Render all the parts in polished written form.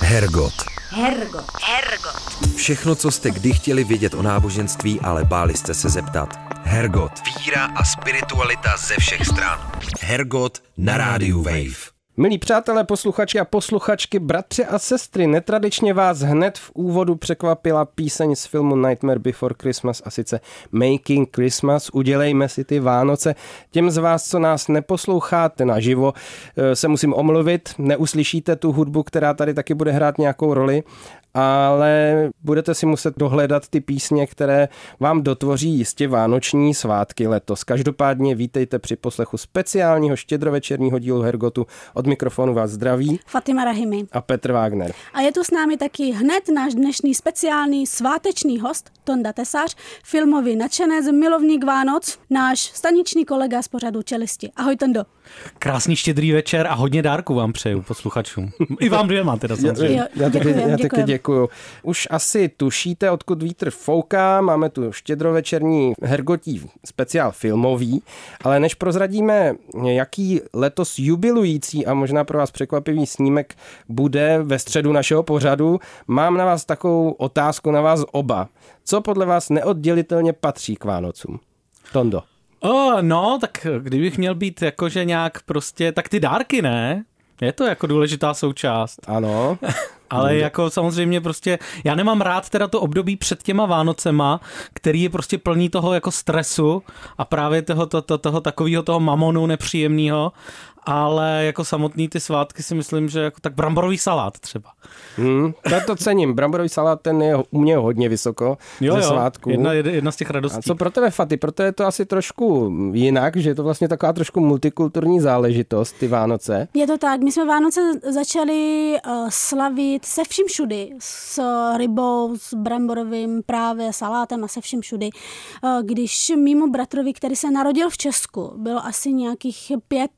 Hergot. Hergot. Všechno, co jste kdy chtěli vědět o náboženství, ale báli jste se zeptat. Hergot. Víra a spiritualita ze všech stran. Hergot na rádiu Wave. Milí přátelé, posluchači a posluchačky, bratři a sestry, netradičně vás hned v úvodu překvapila píseň z filmu Nightmare Before Christmas, a sice Making Christmas, udělejme si ty Vánoce. Těm z vás, co nás neposloucháte naživo, se musím omluvit, neuslyšíte tu hudbu, která tady taky bude hrát nějakou roli, ale budete si muset dohledat ty písně, které vám dotvoří jistě vánoční svátky letos. Každopádně vítejte při poslechu speciálního štědrovečerního dílu Hergotu. Od mikrofonu vás zdraví Fatima Rahimi a Petr Wagner. A je tu s námi taky hned náš dnešní speciální svátečný host, Tonda Tesař, filmový nadšenec, milovník Vánoc, náš staniční kolega z pořadu Čelisti. Ahoj, Tondo. Krásný štědrý večer a hodně dárků vám přeju posluchačům. I vám dvěma teda samozřejmě. Já taky děkuju. Už asi tušíte, odkud vítr fouká, máme tu štědrovečerní Hergotí speciál filmový, ale než prozradíme, jaký letos jubilující a možná pro vás překvapivý snímek bude ve středu našeho pořadu, mám na vás takovou otázku, na vás oba. Co podle vás neoddělitelně patří k Vánocům? Tondo. No, tak kdybych měl být jakože nějak prostě, tak ty dárky, ne? Je to jako důležitá součást. Ano. Ale jako samozřejmě prostě, já nemám rád teda to období před těma Vánocema, který je prostě plný toho jako stresu a právě toho takového toho mamonu nepříjemného, ale jako samotný ty svátky si myslím, že jako tak bramborový salát třeba. Já to cením. Bramborový salát, ten je u mě hodně vysoko ze svátků. Jedna z těch radostí. A co pro tebe, Faty? Pro tebe je to asi trošku jinak, že je to vlastně taková trošku multikulturní záležitost, ty Vánoce. Je to tak, my jsme Vánoce začali slavit se vším všudy, s rybou, s bramborovým právě salátem a se vším všudy. Když mému bratrovi, který se narodil v Česku, bylo asi nějakých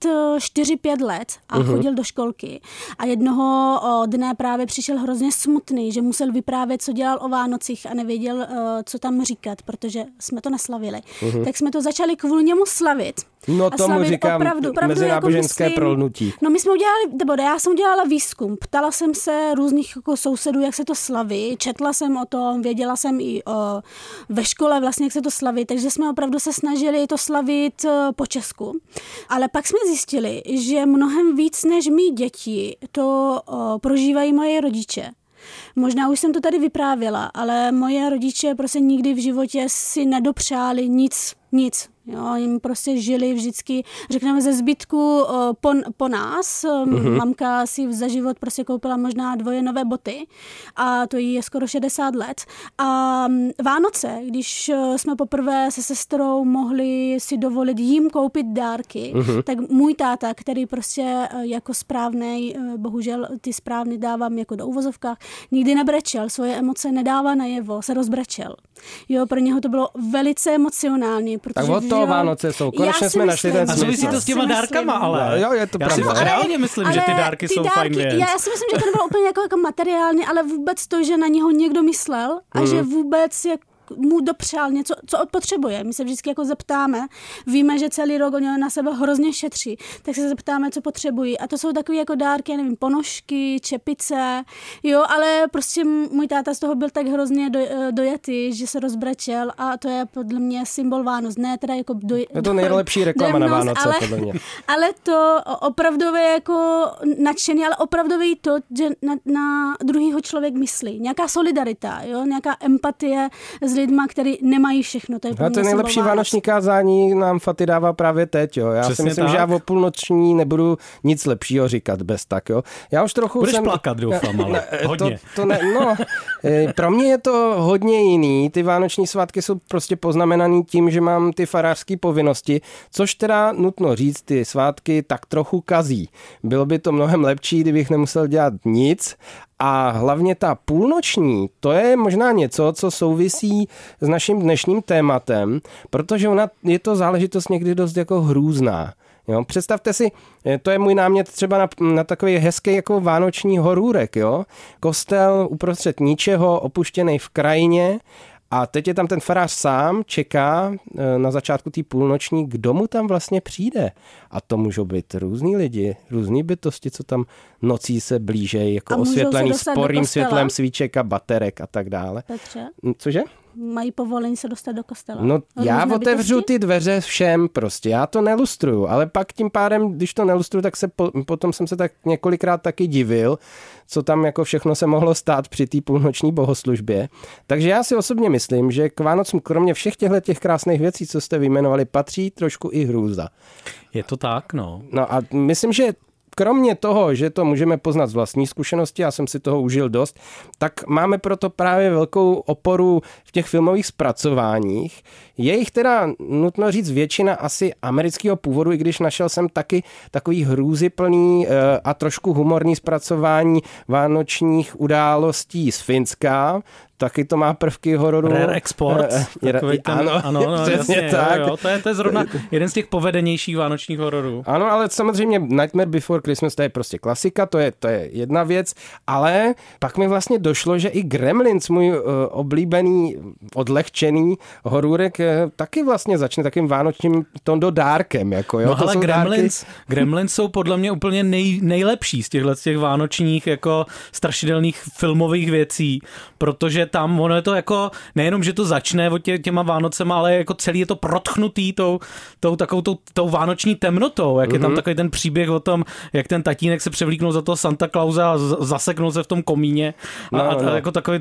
4-5 let a chodil do školky. A jednoho dne právě přišel hrozně smutný, že musel vyprávět, co dělal o Vánocích a nevěděl, co tam říkat, protože jsme to neslavili. Tak jsme to začali kvůli němu slavit. No tomu říkám opravdu mezináboženské jako prolnutí. No my jsme udělali, já jsem udělala výzkum. Ptala jsem se různých jako sousedů, jak se to slaví. Četla jsem o tom, věděla jsem i ve škole vlastně, jak se to slaví. Takže jsme opravdu se snažili to slavit po česku. Ale pak jsme zjistili, že mnohem víc než mý děti to prožívají moje rodiče. Možná už jsem to tady vyprávěla, ale moje rodiče prostě nikdy v životě si nedopřáli nic. Jo, jim prostě žili vždycky, řekněme, ze zbytku po nás. Mamka si za život prostě koupila možná 2 nové boty a to jí je skoro 60 let. A Vánoce, když jsme poprvé se sestrou mohli si dovolit jim koupit dárky, tak můj táta, který prostě jako správnej, bohužel ty správný dávám jako do uvozovkách, nikdy nebrečel, svoje emoce nedává najevo, se rozbrečel. Jo, pro něho to bylo velice emocionální, protože Vánoce jsou. Konečně jsme našli ten smysl. A souvisí to s těma dárkama, ale jo, je to pravda. Já si reálně myslím, že ty dárky jsou fajn věc. Já si myslím, že to nebylo úplně jako materiální, ale vůbec to, že na něho někdo myslel a že vůbec mu dopřál něco, co potřebuje. My se vždycky jako zeptáme, víme, že celý rok oni na sebe hrozně šetří, tak se zeptáme, co potřebují. A to jsou takové jako dárky, já nevím, ponožky, čepice, jo, ale prostě můj táta z toho byl tak hrozně dojetý, že se rozbrečel a to je podle mě symbol Vánoc. Ne teda jako je to nejlepší reklama na Vánoce, podle mě. Ale to opravdové jako nadšený, ale opravdové to, že na druhýho člověk myslí. Nějaká solidarita, jo, nějaká empatie s lidma, kteří nemají všechno. To je to nejlepší vánoční kázání nám Faty dává právě teď. Jo. Já přesně si myslím, tak. že já o půlnoční nebudu nic lepšího říkat bez tak. Jo. Já už trochu budeš plakat, doufám, ale hodně. Pro mě je to hodně jiný. Ty vánoční svátky jsou prostě poznamenaný tím, že mám ty farářské povinnosti, což teda nutno říct, ty svátky tak trochu kazí. Bylo by to mnohem lepší, kdybych nemusel dělat nic. A hlavně ta půlnoční, to je možná něco, co souvisí s naším dnešním tématem, protože je to záležitost někdy dost jako hrůzná. Jo, představte si, to je můj námět třeba na takový hezký jako vánoční horůrek. Jo? Kostel uprostřed ničeho, opuštěný v krajině A teď je tam ten farář sám, čeká na začátku té půlnoční, kdo mu tam vlastně přijde. A to můžou být různý lidi, různý bytosti, co tam nocí se blížejí, jako osvětlený sporým světlem svíček a baterek a tak dále. Petře? Cože? Mají povolení se dostat do kostela. No já otevřu ty dveře všem prostě, já to nelustruju, ale pak tím pádem, když to nelustruju, tak potom jsem se tak několikrát taky divil, co tam jako všechno se mohlo stát při té půlnoční bohoslužbě. Takže já si osobně myslím, že k Vánocům kromě všech těch krásných věcí, co jste vyjmenovali, patří trošku i hrůza. Je to tak, no. No a myslím, že kromě toho, že to můžeme poznat z vlastní zkušenosti, já jsem si toho užil dost, tak máme proto právě velkou oporu v těch filmových zpracováních. Je jich teda, nutno říct, většina asi amerického původu, i když našel jsem taky takový hrůzyplný a trošku humorný zpracování vánočních událostí z Finska. Taky to má prvky hororu. Rare Export. Ano, přesně tak. Jo, to je zrovna jeden z těch povedenějších vánočních hororů. Ano, ale samozřejmě Nightmare Before Christmas, to je prostě klasika, to je jedna věc, ale pak mi vlastně došlo, že i Gremlins, můj oblíbený, odlehčený horůrek, taky vlastně začne takým vánočním dárkem. Jako, jo? No ale Gremlins jsou podle mě úplně nejlepší z těch vánočních jako strašidelných filmových věcí, protože tam ono je to jako, nejenom, že to začne od těma Vánocema, ale jako celý je to protchnutý tou vánoční temnotou, jak je tam takový ten příběh o tom, jak ten tatínek se převlíknul za toho Santa Clausa a zaseknul se v tom komíně a jako takový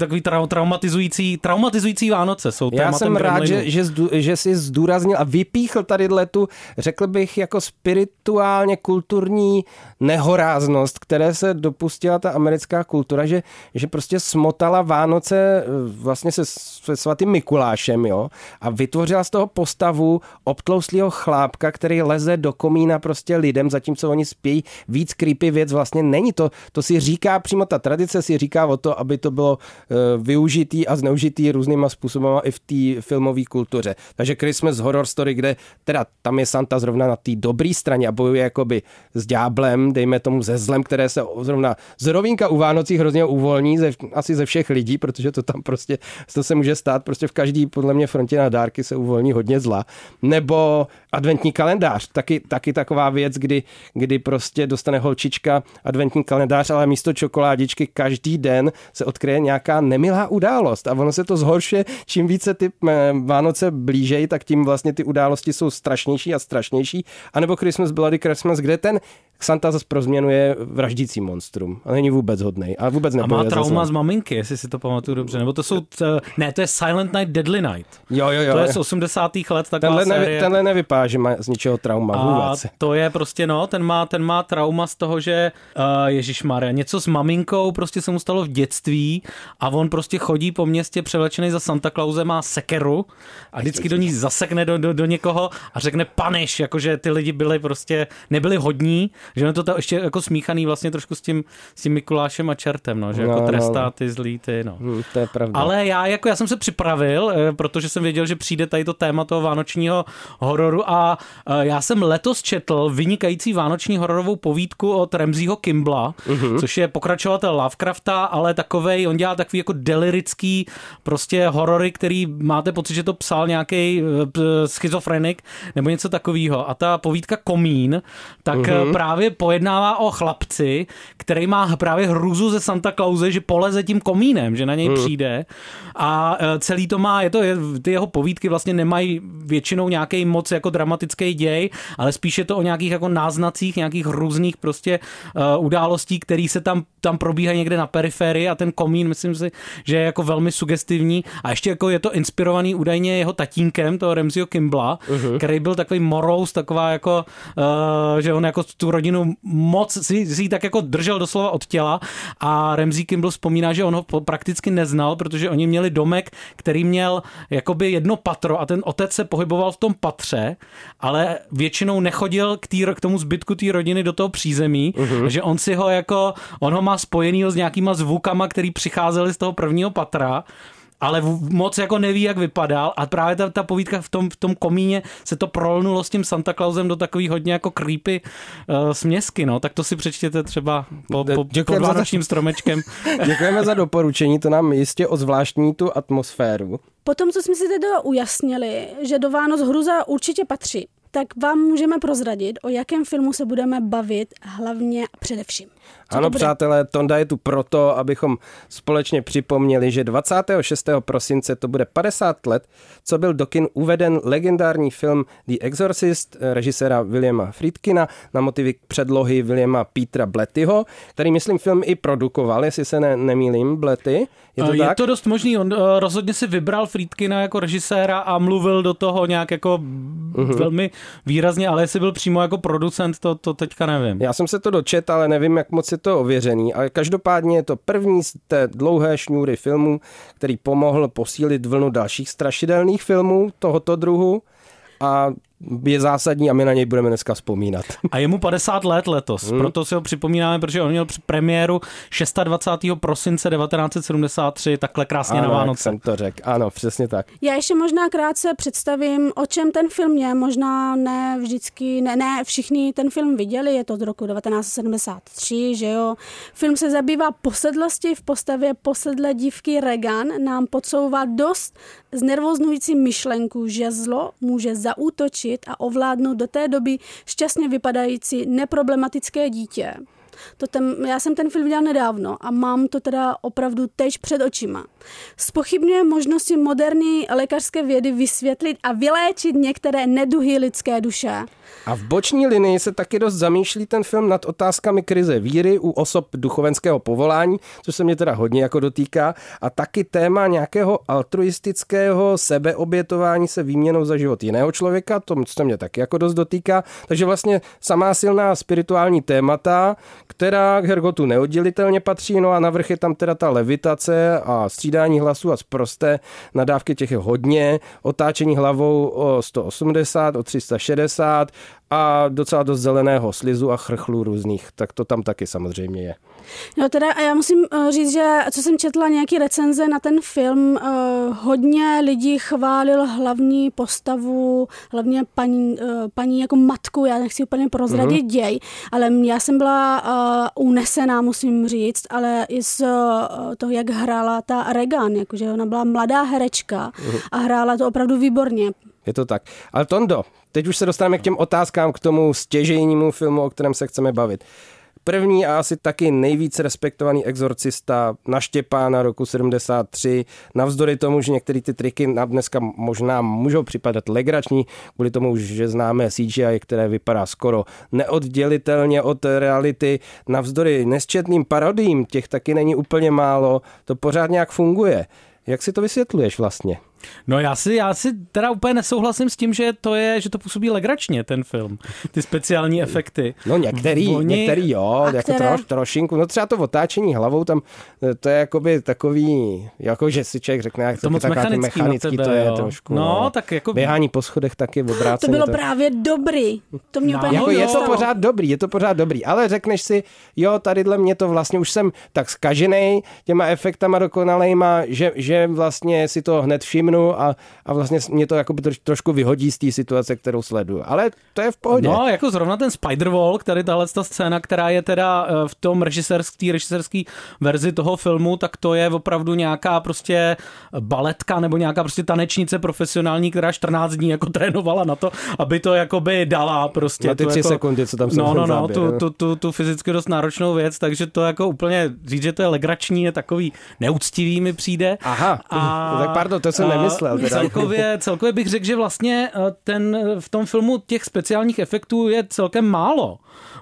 traumatizující Vánoce jsou tématem. Já jsem rád, že jsi zdůraznil a vypíchl tadyhletu, řekl bych, jako spirituálně kulturní nehoráznost, které se dopustila ta americká kultura, že prostě smotala Vánoce vlastně se svatým Mikulášem, jo, a vytvořila z toho postavu obtlouslýho chlápka, který leze do komína prostě lidem, zatímco oni spějí víc creepy věc, vlastně není to. To si říká přímo, ta tradice si říká o to, aby to bylo využitý a zneužitý různýma způsoby i v té filmové kultuře. Takže Christmas Horror Story, kde teda tam je Santa zrovna na té dobré straně a bojuje jakoby s ďáblem, dejme tomu se zlem, které se zrovna z rovínka u Vánocí hrozně uvolní, asi ze všech lidí, protože to tam prostě, to se může stát, prostě v každý podle mě frontě na dárky se uvolní hodně zla. Nebo adventní kalendář, taky taková věc, kdy prostě dostane holčička adventní kalendář, ale místo čokoládičky každý den se odkryje nějaká nemilá událost a ono se to zhoršuje, čím více ty Vánoce blížejí, tak tím vlastně ty události jsou strašnější a strašnější. A nebo Christmas Bloody Christmas, kde ten Santa zase pro změnu je vraždící monstrum a není vůbec hodnej a vůbec nebojuje. A má trauma z maminky, jestli si to pamatuju dobře, nebo to jsou, to je Silent Night, Deadly Night. Jo. To je z 80. let taková série. Tenhle nevypadá, že má z ničeho trauma vůbec. A to je prostě, ten má trauma z toho, že ježišmarja, něco s maminkou prostě se mu stalo v dětství a on prostě chodí po městě převlečený za Santa Clausem, má sekeru a vždycky do ní zasekne do někoho a řekne paniš, jakože ty lidi nebyli hodní, že on to ještě jako smíchaný vlastně trošku s tím Mikulášem a čertem, no, že jako trestá ty zlý ty, no. To je pravda. Ale já jsem se připravil, protože jsem věděl, že přijde tady to téma toho vánočního hororu a já jsem letos četl vynikající vánoční hororovou povídku od Ramseyho Kimballa, což je pokračovatel Lovecrafta, ale takovej, on dělá takový jako delirický prostě horory, který máte pocit, že to psal nějaký schizofrenik nebo něco takového. A ta povídka Komín, tak právě pojednává o chlapci, který má právě hrůzu ze Santa Clause, že poleze tím komínem, že na něj přijde a celý to má, ty jeho povídky vlastně nemají většinou nějaký moc jako dramatický děj, ale spíš je to o nějakých jako náznacích, nějakých různých prostě událostí, které se tam probíhají někde na periferii a ten komín, myslím si, že je jako velmi sugestivní a ještě jako je to inspirovaný údajně jeho tatínkem, toho Ramseyho Kimballa, který byl takový morous, taková jako, že on jako tu rodinu moc si tak jako držel doslova od těla a Ramsey Kimball vzpomíná, že on ho prakticky neznal, protože oni měli domek, který měl jakoby jedno patro a ten otec se pohyboval v tom patře, ale většinou nechodil k tomu zbytku té rodiny do toho přízemí, že on ho má spojenýho s nějakýma zvukama, který přicházely z toho prvního patra ale moc jako neví, jak vypadal a právě ta povídka v tom komíně se to prolnulo s tím Santa Clausem do takový hodně jako creepy směsky, no, tak to si přečtěte třeba pod vánočním stromečkem. Děkujeme za doporučení, to nám jistě ozvláštní tu atmosféru. Potom, co jsme si tedy ujasnili, že do Vánoc hruza určitě patří, tak vám můžeme prozradit, o jakém filmu se budeme bavit hlavně a především. Ano, přátelé, Tonda je tu proto, abychom společně připomněli, že 26. prosince to bude 50 let, co byl do kin uveden legendární film The Exorcist režiséra Williama Friedkina na motivy předlohy Williama Petera Blattyho, který, myslím, film i produkoval, jestli se nemýlím, Blatty. Je to dost možný, on rozhodně si vybral Friedkina jako režiséra a mluvil do toho nějak jako velmi výrazně, ale jestli byl přímo jako producent, to teďka nevím. Já jsem se to dočetl, ale nevím, jak moc je to ověřený, ale každopádně je to první z té dlouhé šňůry filmů, který pomohl posílit vlnu dalších strašidelných filmů tohoto druhu a je zásadní a my na něj budeme dneska vzpomínat. A je mu 50 let letos, proto si ho připomínáme, protože on měl premiéru 26. prosince 1973, takhle krásně na Vánoce. Jsem to řekl, ano, přesně tak. Já ještě možná krátce představím, o čem ten film je, možná ne vždycky, ne všichni ten film viděli, je to z roku 1973, že jo. Film se zabývá posedlosti v postavě posedlé dívky Regan, nám podsouvá dost znervózňující myšlenku, že zlo může zaútočit a ovládnout do té doby šťastně vypadající neproblematické dítě. Já jsem ten film viděla nedávno a mám to teda opravdu teď před očima. Zpochybňuje možnosti moderní lékařské vědy vysvětlit a vyléčit některé neduhy lidské duše. A v boční linii se taky dost zamýšlí ten film nad otázkami krize víry u osob duchovenského povolání, což se mě teda hodně jako dotýká, a taky téma nějakého altruistického sebeobětování se výměnou za život jiného člověka, to se mě taky jako dost dotýká, takže vlastně samá silná spirituální témata, která k Hergotu neoddělitelně patří, no a navrch je tam teda ta levitace a střídání hlasu a sprosté nadávky, těch je hodně, otáčení hlavou o 180, o 360 a docela dost zeleného slizu a chrchlů různých, tak to tam taky samozřejmě je. No teda a já musím říct, že co jsem četla nějaký recenze na ten film, hodně lidí chválil hlavní postavu, hlavně paní jako matku, já nechci úplně prozradit děj, ale já jsem byla unesená, musím říct, ale i z toho, jak hrála ta Regan, jakože ona byla mladá herečka a hrála to opravdu výborně. Je to tak. Ale Tondo, teď už se dostaneme k těm otázkám, k tomu stěžejnímu filmu, o kterém se chceme bavit. První a asi taky nejvíc respektovaný exorcista na Štěpána roku 73, navzdory tomu, že některé ty triky nám dneska možná můžou připadat legrační, kvůli tomu, že známe CGI, které vypadá skoro neoddělitelně od reality, navzdory nesčetným parodiím, těch taky není úplně málo, to pořád nějak funguje. Jak si to vysvětluješ vlastně? No já si teda úplně nesouhlasím s tím, že to působí legračně, ten film. Ty speciální efekty. No některý jo, jako trošinku. No třeba to otáčení hlavou tam, to je jakoby takový, jako že si člověk řekne, jak to mechanický to je trošku. No, tak jako běhání po schodech taky obráceně. To bylo právě dobrý. To mě úplně jako je to pořád dobrý, ale řekneš si, jo, tadyhle mě to vlastně už jsem tak zkaženej těma efektama dokonalejma, že vlastně si to hned všimnu a vlastně mě to jakoby trošku vyhodí z té situace, kterou sleduju. Ale to je v pohodě. No, jako zrovna ten Spider-Wall, ta scéna, která je teda v tom režisérské verzi toho filmu, tak to je opravdu nějaká prostě baletka nebo nějaká prostě tanečnice profesionální, která 14 dní jako trénovala na to, aby to jakoby dala prostě. Na ty 3 sekundy, co tam jsou záběr. Tu fyzicky dost náročnou věc, takže to jako úplně říct, že to je legrační, je takový neúctivý mi přijde. Aha, tak pardon, to jsem nemyslel. Celkově bych řekl, že vlastně v tom filmu těch speciálních efektů je celkem málo.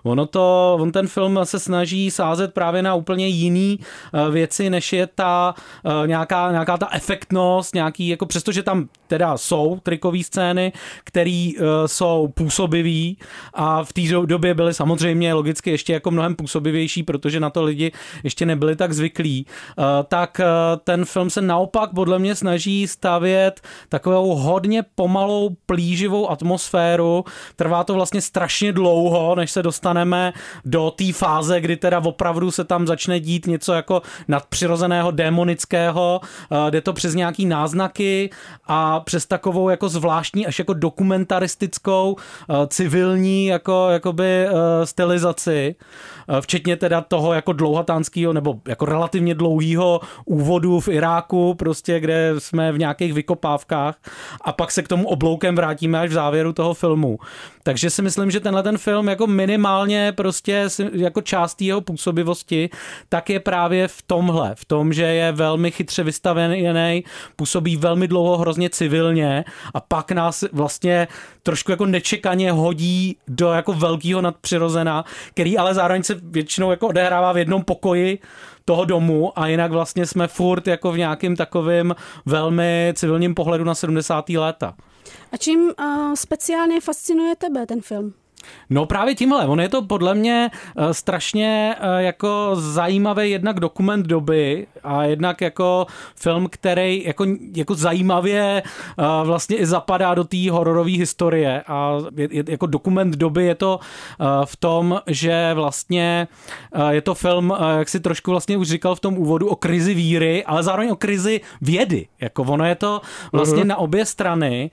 On ten film se snaží sázet právě na úplně jiný věci, než je ta nějaká ta efektnost, nějaký, jako přestože tam teda jsou trikové scény, které jsou působivý a v té době byly samozřejmě logicky ještě jako mnohem působivější, protože na to lidi ještě nebyli tak zvyklí, tak ten film se naopak podle mě snaží z stavět takovou hodně pomalou, plíživou atmosféru. Trvá to vlastně strašně dlouho, než se dostaneme do té fáze, kdy teda opravdu se tam začne dít něco jako nadpřirozeného, démonického. Jde to přes nějaký náznaky a přes takovou jako zvláštní až jako dokumentaristickou, civilní jakoby stylizaci. Včetně teda toho jako dlouhatánského nebo jako relativně dlouhýho úvodu v Iráku, prostě kde jsme v nějakých vykopávkách a pak se k tomu obloukem vrátíme až v závěru toho filmu. Takže si myslím, že tenhle ten film jako minimálně prostě jako část jeho působivosti, tak je právě v tomhle, v tom, že je velmi chytře vystavený, působí velmi dlouho hrozně civilně a pak nás vlastně trošku jako nečekaně hodí do jako velkého nadpřirozena, který ale zároveň se většinou jako odehrává v jednom pokoji toho domu a jinak vlastně jsme furt jako v nějakým takovým velmi civilním pohledu na 70. léta. A čím speciálně fascinuje tebe ten film? No právě tímhle, on je to podle mě strašně jako zajímavý jednak dokument doby a jednak jako film, který jako zajímavě vlastně i zapadá do té hororové historie a jako dokument doby je to v tom, že vlastně je to film, jak si trošku vlastně už říkal v tom úvodu, o krizi víry, ale zároveň o krizi vědy. Jako ono je to vlastně na obě strany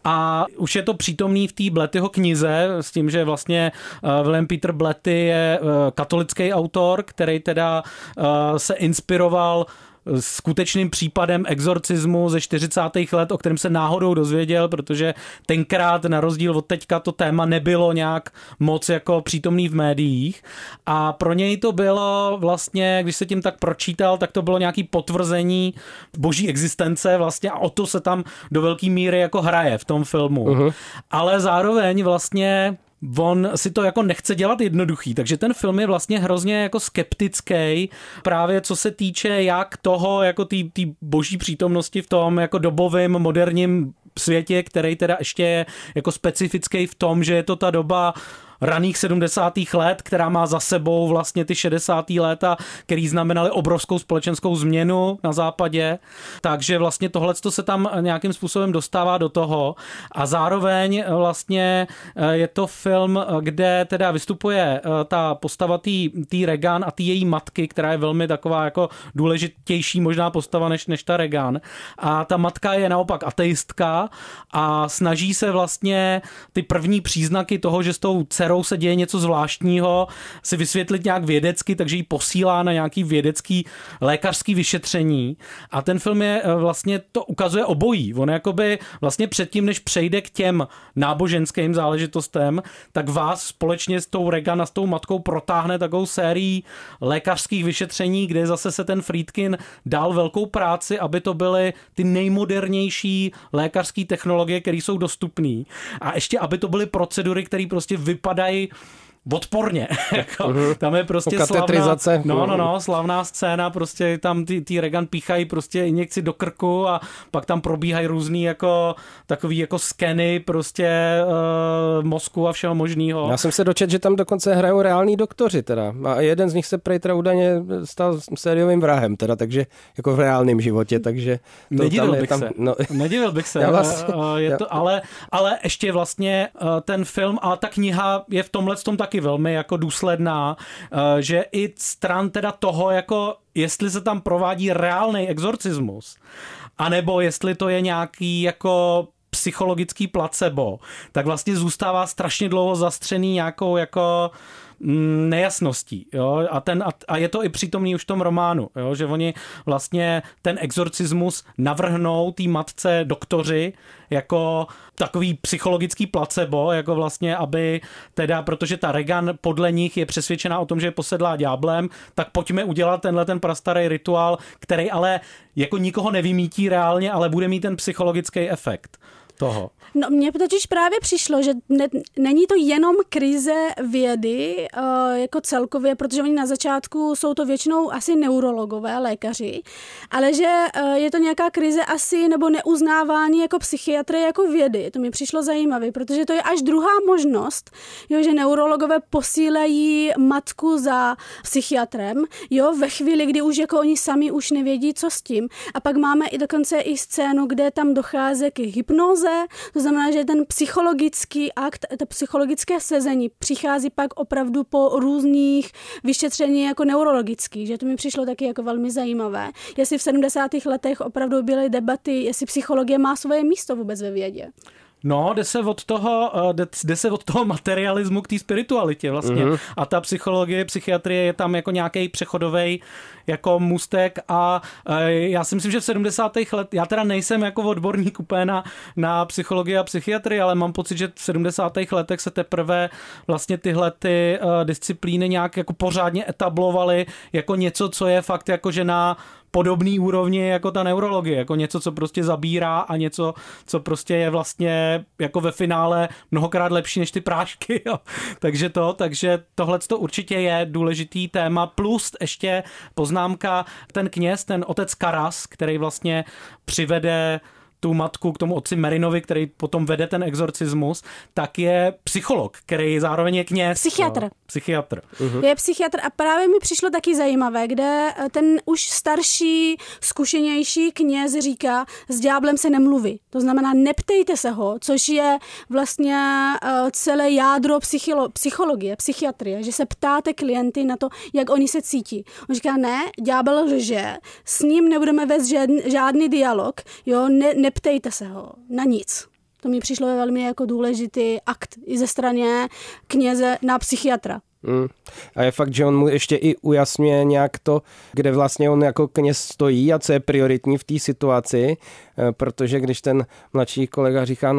a už je to přítomný v té Blattyho knize s tím, že vlastně William Peter Blatty je katolický autor, který teda se inspiroval skutečným případem exorcismu ze 40. let, o kterém se náhodou dozvěděl, protože tenkrát na rozdíl od teďka to téma nebylo nějak moc jako přítomný v médiích a pro něj to bylo vlastně, když se tím tak pročítal, tak to bylo nějaký potvrzení boží existence vlastně a o to se tam do velké míry jako hraje v tom filmu. Ale zároveň vlastně on si to jako nechce dělat jednoduchý, takže ten film je vlastně hrozně jako skeptický právě co se týče jak toho jako té boží přítomnosti v tom jako dobovém moderním světě, který teda ještě je jako specifický v tom, že je to ta doba raných 70. let, která má za sebou vlastně ty 60. léta, který znamenaly obrovskou společenskou změnu na západě. Takže vlastně tohleto se tam nějakým způsobem dostává do toho. A zároveň vlastně je to film, kde teda vystupuje ta postava té Regan a té její matky, která je velmi taková jako důležitější možná postava než ta Regan. A ta matka je naopak ateistka a snaží se vlastně ty první příznaky toho, že s tou dcerou se děje něco zvláštního, si vysvětlit nějak vědecky, takže ji posílá na nějaký vědecký lékařský vyšetření. A ten film je vlastně to ukazuje obojí. On jakoby vlastně předtím, než přejde k těm náboženským záležitostem, tak vás společně s tou Regan a s tou matkou protáhne takovou sérii lékařských vyšetření, kde zase se ten Friedkin dal velkou práci, aby to byly ty nejmodernější lékařské technologie, které jsou dostupné. A ještě, aby to byly procedury, které prostě vypadají odporně. Tam je prostě slavná scéna, prostě tam ty Regan píchají prostě injekci do krku a pak tam probíhají různý jako takový jako skeny prostě mozku a všeho možného. Já jsem se dočetl, že tam dokonce hrajou reální doktoři teda a jeden z nich se prej teda údajně stal sériovým vrahem teda, takže jako v reálném životě, takže Nedivil bych se. Ale ještě vlastně ten film a ta kniha je v tomhletom taky velmi jako důsledná, že i stran teda toho, jako jestli se tam provádí reálný exorcismus, anebo jestli to je nějaký jako psychologický placebo, tak vlastně zůstává strašně dlouho zastřený nějakou jako nejasností. Jo? A je to i přítomný už v tom románu, jo? Že oni vlastně ten exorcismus navrhnou té matce doktoři jako takový psychologický placebo, jako vlastně, aby teda, protože ta Regan podle nich je přesvědčená o tom, že je posedlá ďáblem, tak pojďme udělat tenhle ten prastarý rituál, který ale jako nikoho nevymítí reálně, ale bude mít ten psychologický efekt. toho? No, mně totiž právě přišlo, že není to jenom krize vědy jako celkově, protože oni na začátku jsou to většinou asi neurologové, lékaři, ale že je to nějaká krize asi nebo neuznávání jako psychiatry, jako vědy. To mi přišlo zajímavé, protože to je až druhá možnost, jo, že neurologové posílají matku za psychiatrem, jo, ve chvíli, kdy už jako oni sami už nevědí, co s tím. A pak máme i dokonce i scénu, kde tam dochází k hypnoze. To znamená, že ten psychologický akt, to psychologické sezení přichází pak opravdu po různých vyšetření jako neurologických, že to mi přišlo taky jako velmi zajímavé. Jestli v 70. letech opravdu byly debaty, jestli psychologie má svoje místo vůbec ve vědě. No, jde se od toho materialismu k té spiritualitě vlastně. Mm-hmm. A ta psychologie, psychiatrie je tam jako nějaký přechodový jako můstek a já si myslím, že v 70. let, já teda nejsem jako odborník úplně na psychologii a psychiatrii, ale mám pocit, že v 70. letech se teprve vlastně tyhle ty disciplíny nějak jako pořádně etablovaly jako něco, co je fakt jako že na podobný úrovni jako ta neurologie, jako něco, co prostě zabírá a něco, co prostě je vlastně jako ve finále mnohokrát lepší než ty prášky. Jo. Takže tohleto určitě je důležitý téma, plus ještě poznámka, ten kněz, ten otec Karas, který vlastně přivede tu matku k tomu otci Merinovi, který potom vede ten exorcismus, tak je psycholog, který zároveň je kněz. Psychiatr. No, psychiatr. Uh-huh. Je psychiatr a právě mi přišlo taky zajímavé, kde ten už starší, zkušenější kněz říká, s ďáblem se nemluví. To znamená, neptejte se ho, což je vlastně celé jádro psychologie, psychiatrie, že se ptáte klienty na to, jak oni se cítí. On říká, ne, ďábel lže, s ním nebudeme vést žádný dialog, jo, neptejte se ho na nic. To mi přišlo velmi jako důležitý akt i ze strany kněze na psychiatra. A je fakt, že on mu ještě i ujasňuje nějak to, kde vlastně on jako kněz stojí a co je prioritní v té situaci, protože když ten mladší kolega říká,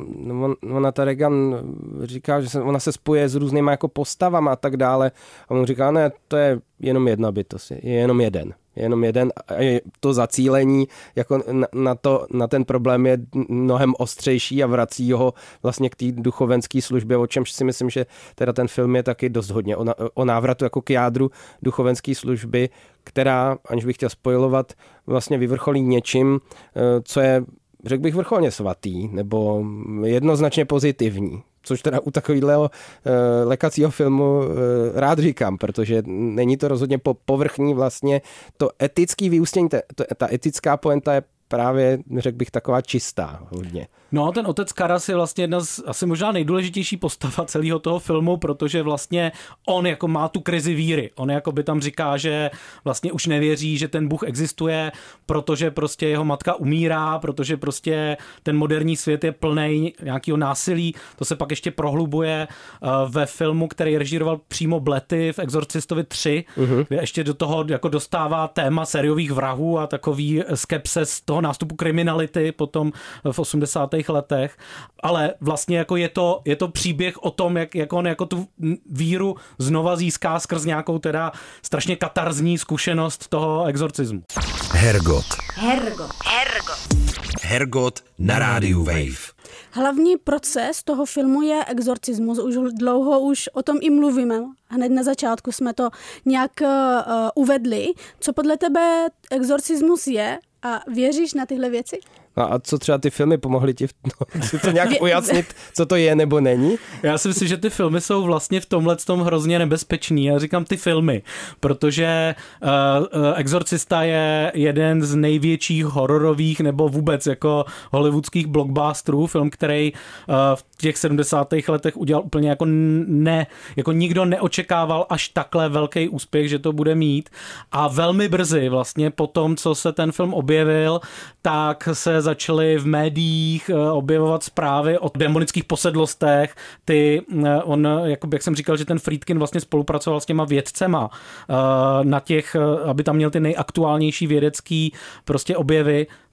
ona ta Regan říká, že ona se spojuje s různýma jako postavama a tak dále a on říká, ne, to je jenom jedna bytost, je jenom jeden a to zacílení jako na ten problém je mnohem ostřejší a vrací ho vlastně k té duchovenské službě, o čemž si myslím, že teda ten film je taky dost hodně o návratu jako k jádru duchovenské služby, která, aniž bych chtěl spoilovat, vlastně vyvrcholí něčím, co je, řekl bych, vrcholně svatý nebo jednoznačně pozitivní. Což teda u takového lekacího filmu rád říkám, protože není to rozhodně povrchní vlastně. To etický vyústění, ta etická pointa je právě, řekl bych, taková čistá hodně. No, ten otec Karas je vlastně jedna z asi možná nejdůležitější postava celého toho filmu, protože vlastně on jako má tu krizi víry. On jako by tam říká, že vlastně už nevěří, že ten Bůh existuje, protože prostě jeho matka umírá, protože prostě ten moderní svět je plnej nějakého násilí. To se pak ještě prohlubuje ve filmu, který režíroval přímo Blatty v Exorcistovi 3, kde ještě do toho jako dostává téma sériových vrahů a takový skepse z toho nástupu kriminality potom v 80. letech, ale vlastně jako je to příběh o tom, jak on jako tu víru znova získá skrz nějakou teda strašně katarzní zkušenost toho exorcismu. Hergot na rádiu Wave. Hlavní proces toho filmu je exorcismus. Už dlouho o tom i mluvíme. Hned na začátku jsme to nějak uvedli. Co podle tebe exorcismus je a věříš na tyhle věci? No a co třeba ty filmy pomohly ti si to nějak ujasnit, co to je nebo není? Já si myslím, že ty filmy jsou vlastně v tomhletom hrozně nebezpečný. Já říkám ty filmy, protože Exorcista je jeden z největších hororových nebo vůbec jako hollywoodských blockbusterů, film, který v těch 70. letech udělal úplně jako nikdo neočekával až takhle velký úspěch, že to bude mít. A velmi brzy vlastně po tom, co se ten film objevil, tak se začaly v médiích objevovat zprávy o demonických posedlostech. Jak jsem říkal, že ten Friedkin vlastně spolupracoval s těma vědcema na těch, aby tam měl ty nejaktuálnější vědecký prostě objevy,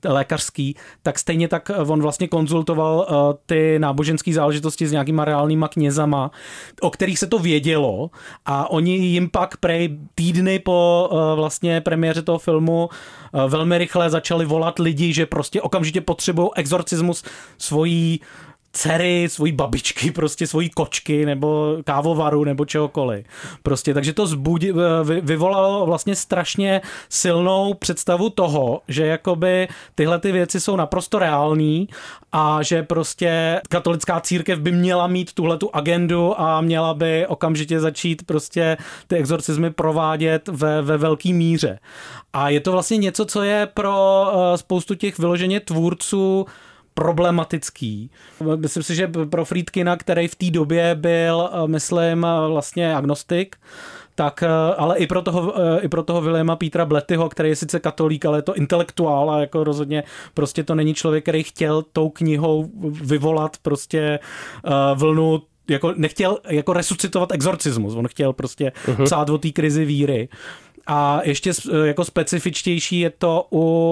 lékařský, tak stejně tak on vlastně konzultoval ty náboženské záležitosti s nějakýma reálnýma knězama, o kterých se to vědělo a oni jim pak týdny po vlastně premiéře toho filmu velmi rychle začali volat lidi, že prostě okamžitě potřebují exorcismus svojí dcery, svojí babičky, prostě svojí kočky nebo kávovaru nebo čehokoliv. Prostě, takže to vyvolalo vlastně strašně silnou představu toho, že jakoby tyhle ty věci jsou naprosto reální a že prostě katolická církev by měla mít tuhletu agendu a měla by okamžitě začít prostě ty exorcismy provádět ve velký míře. A je to vlastně něco, co je pro spoustu těch vyloženě tvůrců problematický. Myslím si, že pro Friedkina, který v té době byl, myslím, vlastně agnostik, tak, ale i pro toho Williama Petera Blattyho, který je sice katolík, ale je to intelektuál a jako rozhodně prostě to není člověk, který chtěl tou knihou vyvolat prostě vlnu, jako nechtěl jako resuscitovat exorcismus, on chtěl prostě psát o té krizi víry. A ještě jako specifičtější je to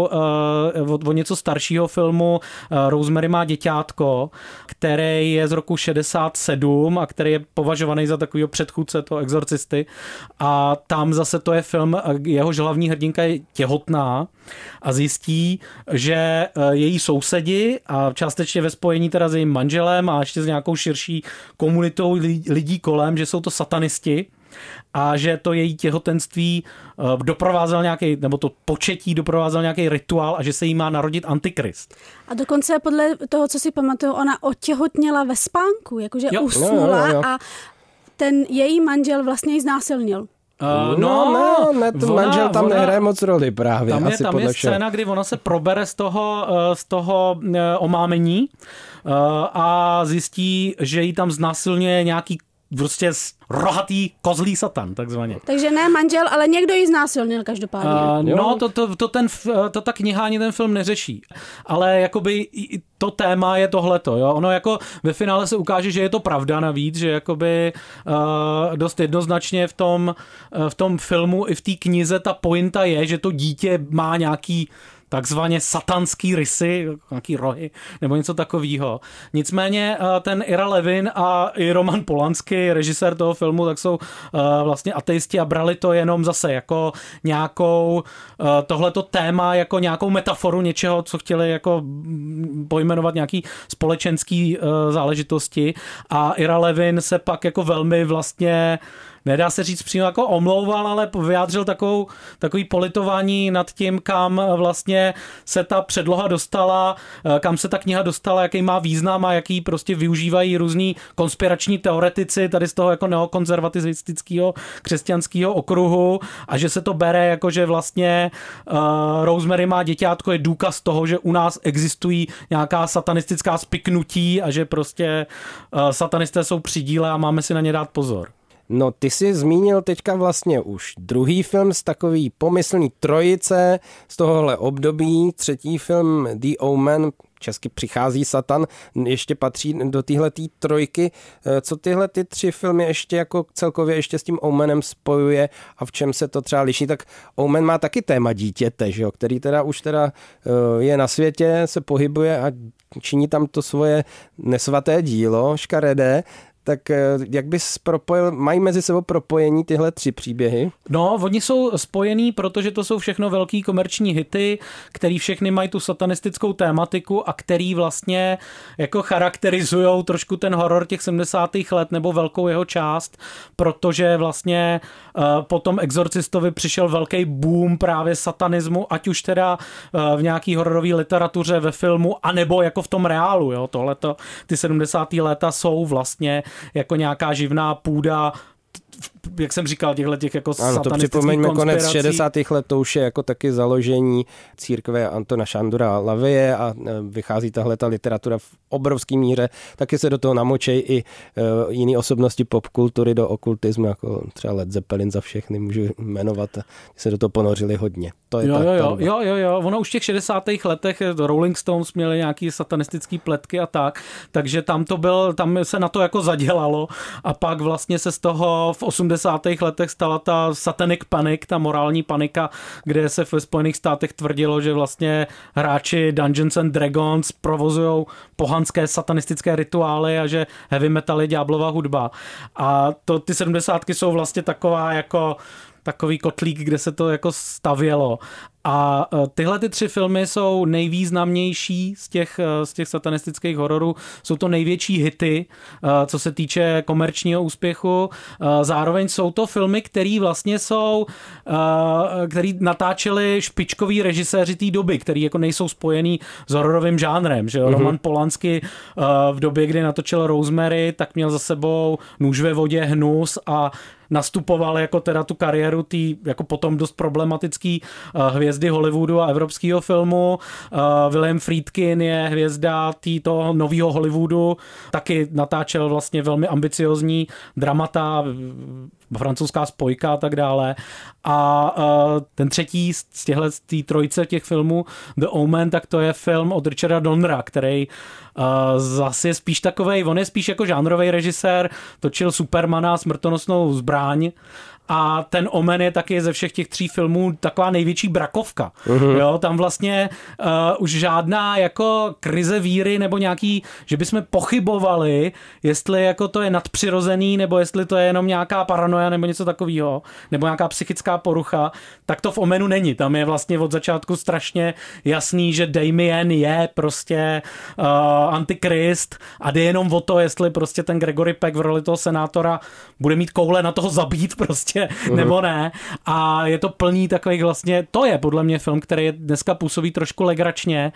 o něco staršího filmu Rosemary má děťátko, který je z roku 67 a který je považovaný za takovýho předchůdce toho exorcisty. A tam zase to je film, jehož hlavní hrdinka je těhotná a zjistí, že její sousedi a částečně ve spojení teda s jejím manželem a ještě s nějakou širší komunitou lidí kolem, že jsou to satanisti, a že to její těhotenství doprovázel nějaký, nebo to početí doprovázel nějaký rituál a že se jí má narodit antikrist. A dokonce podle toho, co si pamatuju, ona otěhotněla ve spánku, jakože usnula a ten její manžel vlastně ji znásilnil. Ten manžel tam nehraje moc roli právě. Tam je scéna, kdy ona se probere z toho omámení a zjistí, že jí tam znásilňuje nějaký prostě rohatý kozlý satan, takzvaně. Takže ne manžel, ale někdo ji znásilnil každopádně. To ta kniha ani ten film neřeší. Ale jakoby to téma je tohleto. Jo? Ono jako ve finále se ukáže, že je to pravda navíc, že jakoby dost jednoznačně v tom filmu i v té knize ta pointa je, že to dítě má nějaký takzvaně satanský rysy, nějaký rohy, nebo něco takového. Nicméně ten Ira Levin a i Roman Polanski, režisér toho filmu, tak jsou vlastně ateisti a brali to jenom zase jako nějakou tohleto téma, jako nějakou metaforu něčeho, co chtěli jako pojmenovat nějaký společenský záležitosti a Ira Levin se pak jako velmi vlastně nedá se říct přímo jako omlouval, ale vyjádřil takový politování nad tím, kam vlastně se ta předloha dostala, kam se ta kniha dostala, jaký má význam a jaký prostě využívají různý konspirační teoretici tady z toho jako neokonzervativistického křesťanského okruhu a že se to bere jako, že vlastně Rosemary má děťátko je důkaz toho, že u nás existují nějaká satanistická spiknutí a že prostě satanisté jsou při díle a máme si na ně dát pozor. No, ty jsi zmínil teďka vlastně už druhý film z takový pomyslný trojice z tohohle období, třetí film The Omen, česky Přichází Satan, ještě patří do téhletý trojky. Co tyhle ty tři filmy ještě jako celkově ještě s tím Omenem spojuje a v čem se to třeba liší? Tak Omen má taky téma dítěte, že jo, který teda už teda je na světě, se pohybuje a činí tam to svoje nesvaté dílo, škaredé. Tak jak bys propojil, mají mezi sebou propojení tyhle tři příběhy? No, oni jsou spojený, protože to jsou všechno velký komerční hity, který všechny mají tu satanistickou tématiku a který vlastně jako charakterizujou trošku ten horor těch 70. let nebo velkou jeho část, protože vlastně po tom Exorcistovi přišel velký boom právě satanismu, ať už teda v nějaký hororové literatuře, ve filmu, anebo jako v tom reálu. Jo? Tohleto, ty 70. léta jsou vlastně jako nějaká živná půda, jak jsem říkal, těch jako satanistických konspirací. To připomeňme konec 60. let, to už je jako taky založení církve Antona Šandura Lavie a vychází tahleta literatura v obrovský míře, taky se do toho namočej i jiný osobnosti popkultury do okultismu, jako třeba Led Zeppelin za všechny můžu jmenovat, se do toho ponořili hodně. to je Jo. Ono už v těch 60. letech Rolling Stones měli nějaký satanistický pletky a tak, takže tam se na to jako zadělalo a pak vlastně se z toho v 80. letech stala ta satanic panic, ta morální panika, kde se ve Spojených státech tvrdilo, že vlastně hráči Dungeons and Dragons provozujou pohanské satanistické rituály a že heavy metal je ďáblova hudba. A ty 70. jsou vlastně takový kotlík, kde se to jako stavělo. A tyhle ty 3 filmy jsou nejvýznamnější z těch satanistických hororů. Jsou to největší hity, co se týče komerčního úspěchu. Zároveň jsou to filmy, který vlastně který natáčeli špičkoví režiséři té doby, který jako nejsou spojený s hororovým žánrem. Že? Roman Polanski v době, kdy natočil Rosemary, tak měl za sebou Nůž ve vodě, Hnus a nastupoval jako teda tu kariéru tý jako potom dost problematický hvězdy Hollywoodu a evropského filmu. William Friedkin je hvězda toho nového Hollywoodu, taky natáčel vlastně velmi ambiciozní dramata, francouzská spojka a tak dále. A ten třetí z té trojice těch filmů The Omen, tak to je film od Richarda Donnera, který zase je spíš takovej, on je spíš jako žánrový režisér, točil Supermana, Smrtonosnou zbraň, a ten Omen je taky ze všech těch 3 filmů taková největší brakovka. Jo, tam vlastně už žádná jako krize víry nebo nějaký, že bychom pochybovali, jestli jako to je nadpřirozený, nebo jestli to je jenom nějaká paranoja nebo něco takového, nebo nějaká psychická porucha, tak to v Omenu není. Tam je vlastně od začátku strašně jasný, že Damien je prostě antikrist a jde jenom o to, jestli prostě ten Gregory Peck v roli toho senátora bude mít koule na toho zabít prostě, nebo ne. A je to plný takových vlastně, to je podle mě film, který dneska působí trošku legračně,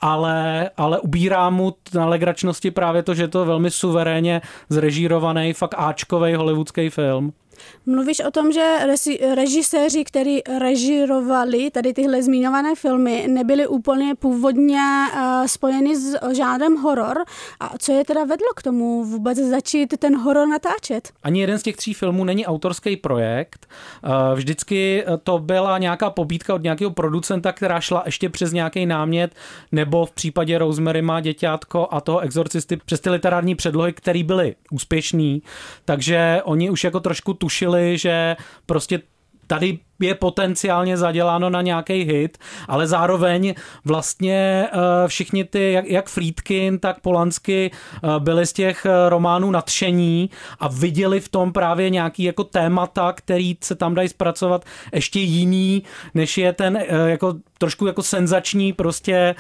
ale ubírá mu na legračnosti právě to, že je to velmi suverénně zrežírovaný, fakt áčkovej hollywoodský film. Mluvíš o tom, že režiséři, kteří režírovali tady tyhle zmiňované filmy, nebyli úplně původně spojeni s žánrem horor. A co je teda vedlo k tomu vůbec začít ten horor natáčet? Ani jeden z těch 3 filmů není autorský projekt. Vždycky to byla nějaká pobídka od nějakého producenta, která šla ještě přes nějaký námět, nebo v případě Rosemary má děťátko a toho Exorcisty přes ty literární předlohy, které byly úspěšný. Takže oni už jako trošku tušili, že prostě tady je potenciálně zaděláno na nějaký hit, ale zároveň vlastně všichni ty, jak Friedkin, tak Polanski byli z těch románů nadšení a viděli v tom právě nějaký jako témata, který se tam dají zpracovat ještě jiný, než je ten jako trošku jako senzační prostě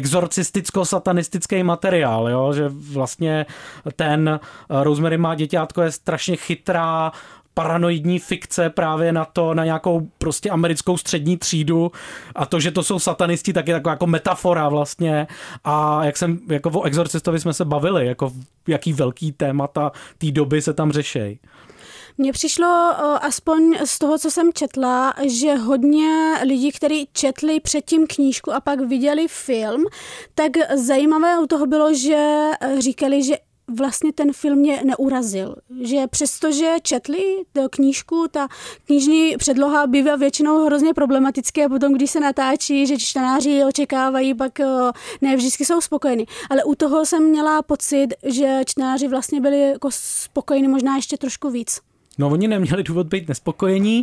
exorcisticko-satanistický materiál, jo? Že vlastně ten Rosemary má děťátko je strašně chytrá paranoidní fikce právě na nějakou prostě americkou střední třídu a to, že to jsou satanisti, tak je taková jako metafora vlastně a jako o Exorcistovi jsme se bavili, jako jaký velký témata té doby se tam řešejí. Mně přišlo aspoň z toho, co jsem četla, že hodně lidí, kteří četli předtím knížku a pak viděli film, tak zajímavé u toho bylo, že říkali, že vlastně ten film mě neurazil. Že přestože četli knížku, ta knižní předloha bývá většinou hrozně problematické a potom, když se natáčí, že čtenáři očekávají, pak ne vždycky jsou spokojení. Ale u toho jsem měla pocit, že čtenáři vlastně byli jako spokojení možná ještě trošku víc. No, oni neměli důvod být nespokojení.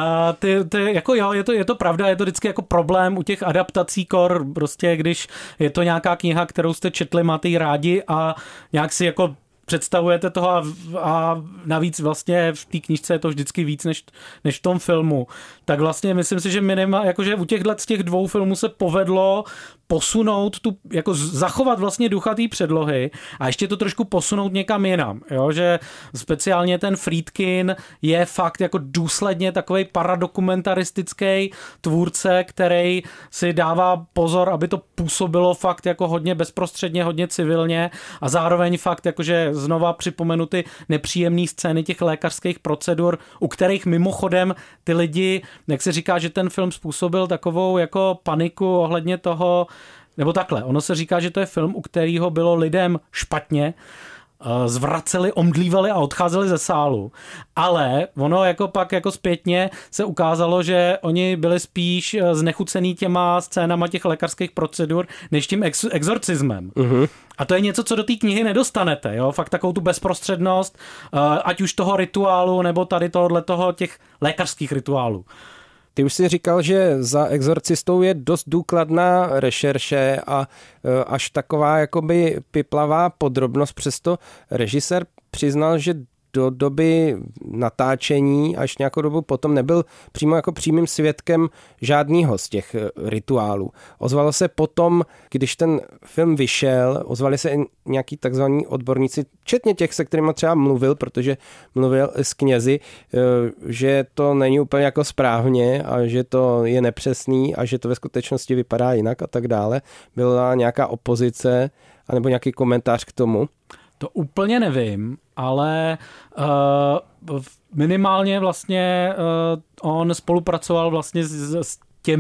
Jako jo, je to pravda, je to vždycky jako problém u těch adaptací prostě když je to nějaká kniha, kterou jste četli, máte ji rádi a nějak si jako představujete toho a navíc vlastně v té knížce je to vždycky víc než v tom filmu. Tak vlastně myslím si, že jakože u z těch 2 filmů se povedlo posunout jako zachovat vlastně ducha té předlohy a ještě to trošku posunout někam jinam, jo? Že speciálně ten Friedkin je fakt jako důsledně takovej paradokumentaristický tvůrce, který si dává pozor, aby to působilo fakt jako hodně bezprostředně, hodně civilně a zároveň fakt jakože znova připomenu ty nepříjemné scény těch lékařských procedur, u kterých mimochodem ty lidi, jak se říká, že ten film způsobil takovou jako paniku ohledně toho, nebo takhle, ono se říká, že to je film, u kterého bylo lidem špatně zvraceli, omdlívali a odcházeli ze sálu. Ale ono jako pak jako zpětně se ukázalo, že oni byli spíš znechucený těma scénama těch lékařských procedur, než tím exorcismem. A to je něco, co do té knihy nedostanete, jo? Fakt takovou tu bezprostřednost, ať už toho rituálu, nebo tady tohoto těch lékařských rituálů. Ty už jsi říkal, že za Exorcistou je dost důkladná rešerše a až taková jakoby piplavá podrobnost. Přesto režisér přiznal, že do doby natáčení až nějakou dobu potom nebyl přímo jako přímým svědkem žádnýho z těch rituálů. Ozvalo se potom, když ten film vyšel, ozvali se nějaký takzvaní odborníci, včetně těch, se kterými třeba mluvil, protože mluvil s knězi, že to není úplně jako správně a že to je nepřesný a že to ve skutečnosti vypadá jinak a tak dále. Byla nějaká opozice anebo nějaký komentář k tomu? To úplně nevím, ale minimálně vlastně on spolupracoval vlastně s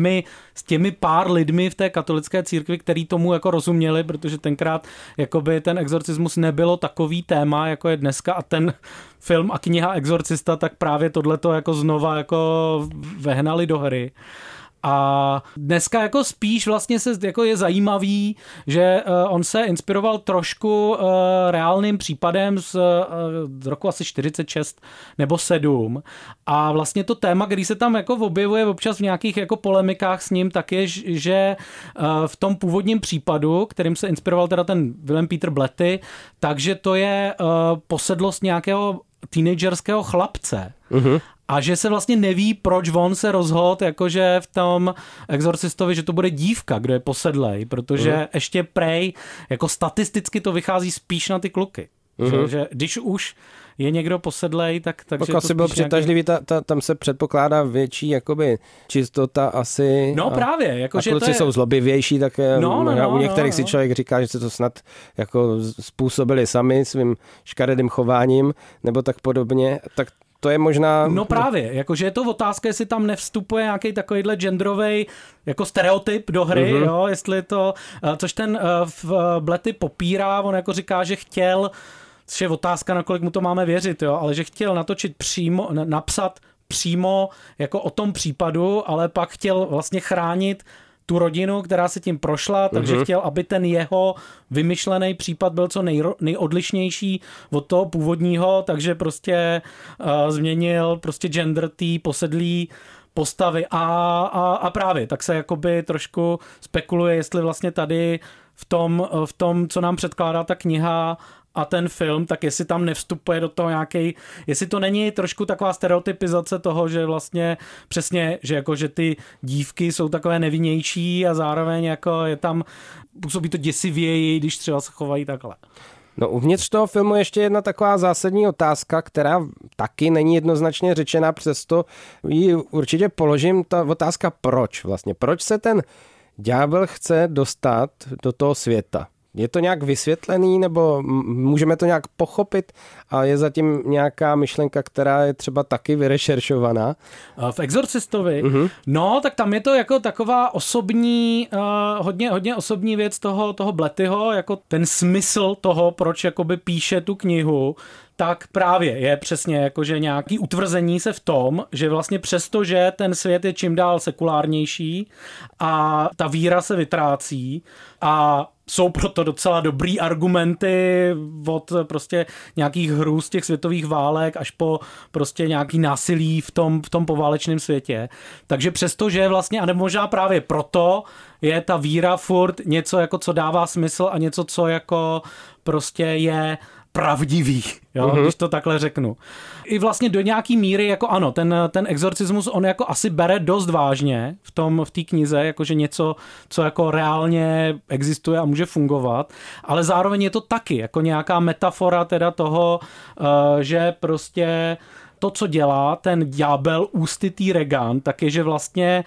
těmi pár lidmi v té katolické církvi, který tomu jako rozuměli, protože tenkrát jakoby ten exorcismus nebylo takový téma, jako je dneska, a ten film a kniha Exorcista, tak právě tohleto jako znova jako vehnali do hry. A dneska jako spíš vlastně se jako je zajímavý, že on se inspiroval trošku reálným případem z roku asi 46 nebo 7 a vlastně to téma, který se tam jako objevuje občas v nějakých jako polemikách s ním, tak je, že v tom původním případu, kterým se inspiroval teda ten Willem Peter Blatty, takže to je posedlost nějakého teenagerského chlapce. A že se vlastně neví, proč on se rozhodl, jakože v tom Exorcistovi, že to bude dívka, kdo je posedlej, protože ještě prej, jako statisticky to vychází spíš na ty kluky. Že když už je někdo posedlej, tak pokud asi byl přitažlivý, tam se předpokládá větší jakoby čistota asi. No právě. Jako, a kluci jsou zlobivější, tak u některých si člověk říká, že se to snad jako způsobili sami svým škaredým chováním, nebo tak podobně. Tak to je možná... No právě, jakože je to otázka, jestli tam nevstupuje nějaký takovýhle genderovej jako stereotyp do hry, jo, jestli to, což ten Blatty popírá, on jako říká, že chtěl, což je otázka, nakolik mu to máme věřit, jo, ale že chtěl natočit přímo, napsat přímo jako o tom případu, ale pak chtěl vlastně chránit tu rodinu, která se tím prošla, takže chtěl, aby ten jeho vymyšlený případ byl co nejodlišnější od toho původního, takže prostě změnil prostě gender té posedlý postavy a právě, tak se jakoby trošku spekuluje, jestli vlastně tady v tom, co nám předkládá ta kniha a ten film, tak jestli tam nevstupuje do toho nějaký, jestli to není trošku taková stereotypizace toho, že vlastně přesně, že jako, že ty dívky jsou takové nevinnější a zároveň jako je tam, působí to děsivěji, když třeba se chovají takhle. No uvnitř toho filmu ještě jedna taková zásadní otázka, která taky není jednoznačně řečená, přesto ji určitě položím, ta otázka proč vlastně. Proč se ten ďábel chce dostat do toho světa? Je to nějak vysvětlený, nebo můžeme to nějak pochopit a je zatím nějaká myšlenka, která je třeba taky vyrešeršovaná? V Exorcistovi? No, tak tam je to jako taková osobní, hodně osobní věc toho Blattyho, jako ten smysl toho, proč jakoby píše tu knihu, tak právě je přesně jakože nějaký utvrzení se v tom, že vlastně přesto, že ten svět je čím dál sekulárnější a ta víra se vytrácí a jsou proto docela dobrý argumenty od prostě nějakých hrůz těch světových válek až po prostě nějaký násilí v tom poválečném světě. Takže přesto, že vlastně, a nebo možná právě proto je ta víra furt něco, jako co dává smysl a něco, co jako prostě je pravdivý, jo, když to takhle řeknu. I vlastně do nějaký míry, jako ano, ten exorcismus on jako asi bere dost vážně v té knize, jakože něco, co jako reálně existuje a může fungovat, ale zároveň je to taky jako nějaká metafora teda toho, že prostě to, co dělá ten ďábel ústy tý Regan, tak je, že vlastně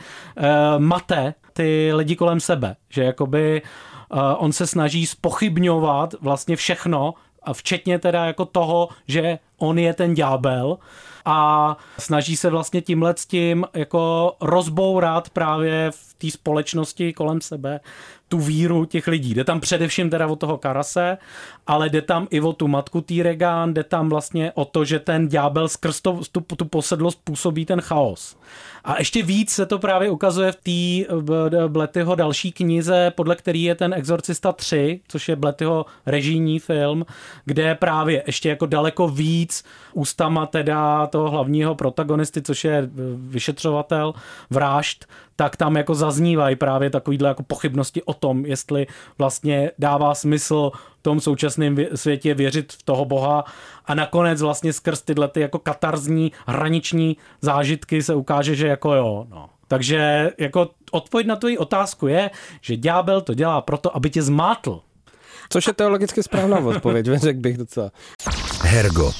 mate ty lidi kolem sebe, že jakoby on se snaží zpochybňovat vlastně všechno, a včetně teda jako toho, že on je ten ďábel a snaží se vlastně tímhletím jako rozbourat právě v té společnosti kolem sebe tu víru těch lidí. Jde tam především teda o toho Karase, ale jde tam i o tu matku Týregan, jde tam vlastně o to, že ten ďábel skrz tu posedlost působí ten chaos. A ještě víc se to právě ukazuje v té Blattyho další knize, podle který je ten Exorcista 3, což je Blattyho režijní film, kde právě ještě jako daleko víc ústama teda toho hlavního protagonisty, což je vyšetřovatel vražd, tak tam jako zaznívají právě takovýhle jako pochybnosti o tom, jestli vlastně dává smysl v tom současném světě věřit v toho Boha a nakonec vlastně skrz tyhle ty jako katarzní hraniční zážitky se ukáže, že jako jo, no. Takže jako odpověď na tvoji otázku je, že ďábel to dělá proto, aby tě zmátl. Což je teologicky správná odpověď, řekl bych docela. Hergot.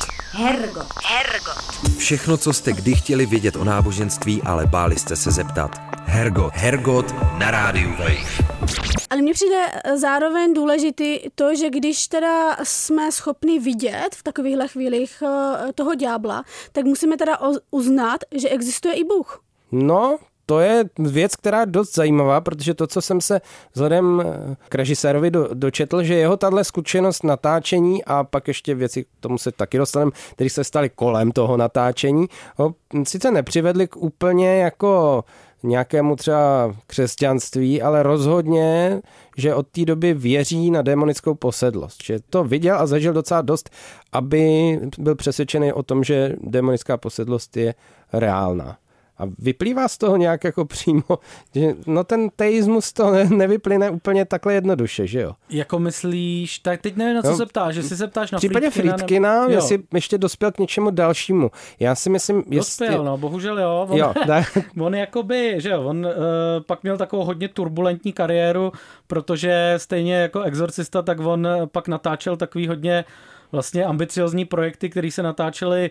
Všechno, co jste kdy chtěli vědět o náboženství, ale báli jste se zeptat. Hergot na rádiu Wave. Ale mně přijde zároveň důležitý to, že když teda jsme schopni vidět v takovýchhle chvílích toho ďábla, tak musíme teda uznat, že existuje i Bůh. No, to je věc, která je dost zajímavá, protože to, co jsem se vzhledem k režisérovi dočetl, že jeho tahle zkušenost natáčení a pak ještě věci, k tomu se taky dostaneme, které se staly kolem toho natáčení, ho sice nepřivedli k úplně jako nějakému třeba křesťanství, ale rozhodně, že od té doby věří na démonickou posedlost. Že to viděl a zažil docela dost, aby byl přesvědčený o tom, že démonická posedlost je reálná. A vyplývá z toho nějak jako přímo, že no ten teismus to nevyplyne úplně takhle jednoduše, že jo? Jako myslíš, tak teď nevím, na co se ptáš, jestli se ptáš na Friedkina. V případě Friedkina, jestli ještě dospěl k něčemu dalšímu. Já si myslím, dospěl, no, bohužel jo. On jakoby, že jo, on pak měl takovou hodně turbulentní kariéru, protože stejně jako Exorcista, tak on pak natáčel takový hodně vlastně ambiciozní projekty, které se natáčely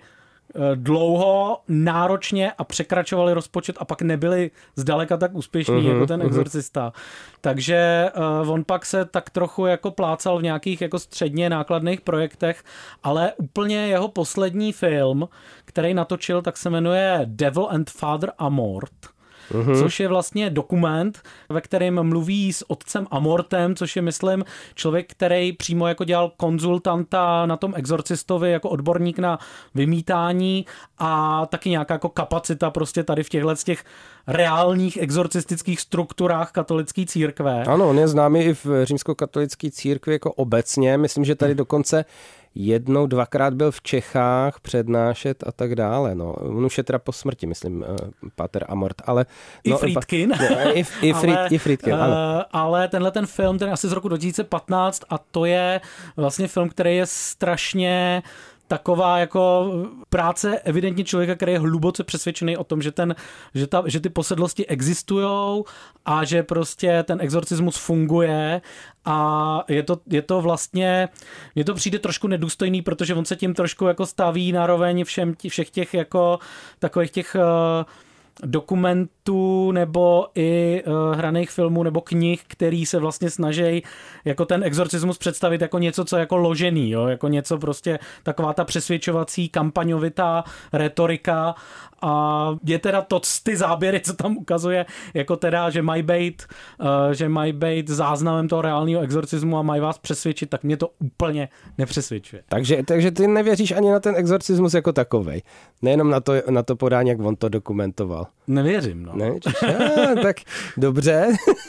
dlouho, náročně a překračovali rozpočet a pak nebyli zdaleka tak úspěšní jako ten Exorcista. Takže on pak se tak trochu jako plácal v nějakých jako středně nákladných projektech, ale úplně jeho poslední film, který natočil, tak se jmenuje Devil and Father Amort. Což je vlastně dokument, ve kterém mluví s otcem Amortem, což je, myslím, člověk, který přímo jako dělal konzultanta na tom Exorcistovi, jako odborník na vymítání a taky nějaká jako kapacita prostě tady v těchto těch reálních exorcistických strukturách katolické církve. Ano, on je známý i v římskokatolické církvi jako obecně. Myslím, že tady dokonce jednou, dvakrát byl v Čechách přednášet a tak dále. No. On už je teda po smrti, myslím, Pater Amort. Ale, no, Friedkin. I Friedkin, ale tenhle ten film, ten je asi z roku 2015 a to je vlastně film, který je strašně taková jako práce evidentně člověka, který je hluboce přesvědčený o tom, že ty posedlosti existujou a že prostě ten exorcismus funguje a je to vlastně, mně to přijde trošku nedůstojný, protože on se tím trošku jako staví naroveň všech těch jako takových těch dokumentů nebo i hraných filmů nebo knih, který se vlastně snaží jako ten exorcismus představit jako něco, co je jako ložený, jo? Jako něco prostě taková ta přesvědčovací kampaňovitá retorika a je teda ty záběry, co tam ukazuje, jako teda, že mají být záznamem toho reálného exorcismu a mají vás přesvědčit, tak mě to úplně nepřesvědčuje. Takže ty nevěříš ani na ten exorcismus jako takovej. Nejenom na to podání, jak on to dokumentoval. Nevěřím, no. Tak dobře.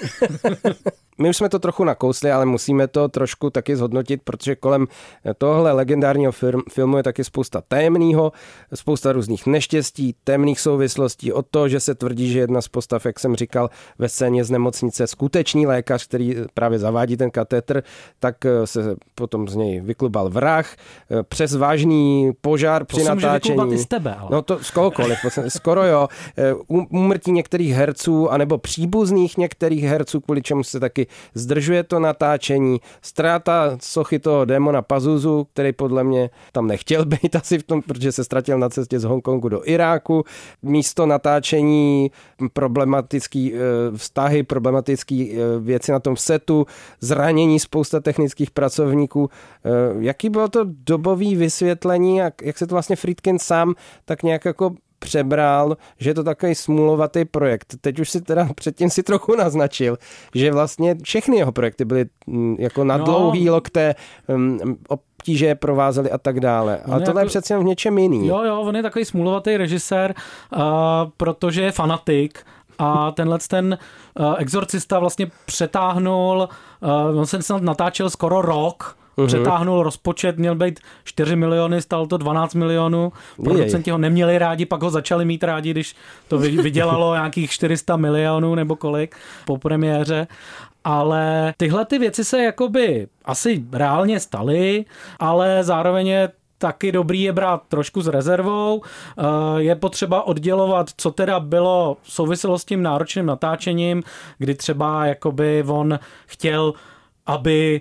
My už jsme to trochu nakousli, ale musíme to trošku taky zhodnotit, protože kolem tohle legendárního filmu je taky spousta tajemného, spousta různých neštěstí, temných souvislostí, od toho, že se tvrdí, že jedna z postav, jak jsem říkal, ve scéně z nemocnice skutečný lékař, který právě zavádí ten katetr, tak se potom z něj vyklubal vrah, přes vážný požár při natáčení. To se může vyklubat i z tebe, ale. No to z kohokoliv, skoro jo. Úmrtí některých herců, anebo příbuzných některých herců, kvůli čemu se taky roky, zdržuje to natáčení, ztráta sochy toho démona Pazuzu, který podle mě tam nechtěl být asi v tom, protože se ztratil na cestě z Hongkongu do Iráku, místo natáčení problematický vztahy, problematický věci na tom setu, zranění spousta technických pracovníků. Jaký bylo to dobový vysvětlení, jak se to vlastně Friedkin sám tak nějak jako přebral, že je to takový smůlovatý projekt. Teď už si teda předtím si trochu naznačil, že vlastně všechny jeho projekty byly jako na dlouhý lokte, obtíže provázely a tak dále. Ale tohle je přece v něčem jiný. Jo, on je takový smůlovatý režisér, protože je fanatik. A ten Exorcista vlastně přetáhnul, on se snad natáčel skoro rok, přetáhnul rozpočet, měl být 4 miliony, stalo to 12 milionů, producenti ho neměli rádi, pak ho začali mít rádi, když to vydělalo nějakých 400 milionů nebo kolik po premiéře. Ale tyhle ty věci se jakoby asi reálně staly, ale zároveň je taky dobrý je brát trošku s rezervou. Je potřeba oddělovat, co teda bylo v souvislosti s tím náročným natáčením, kdy třeba jakoby on chtěl, aby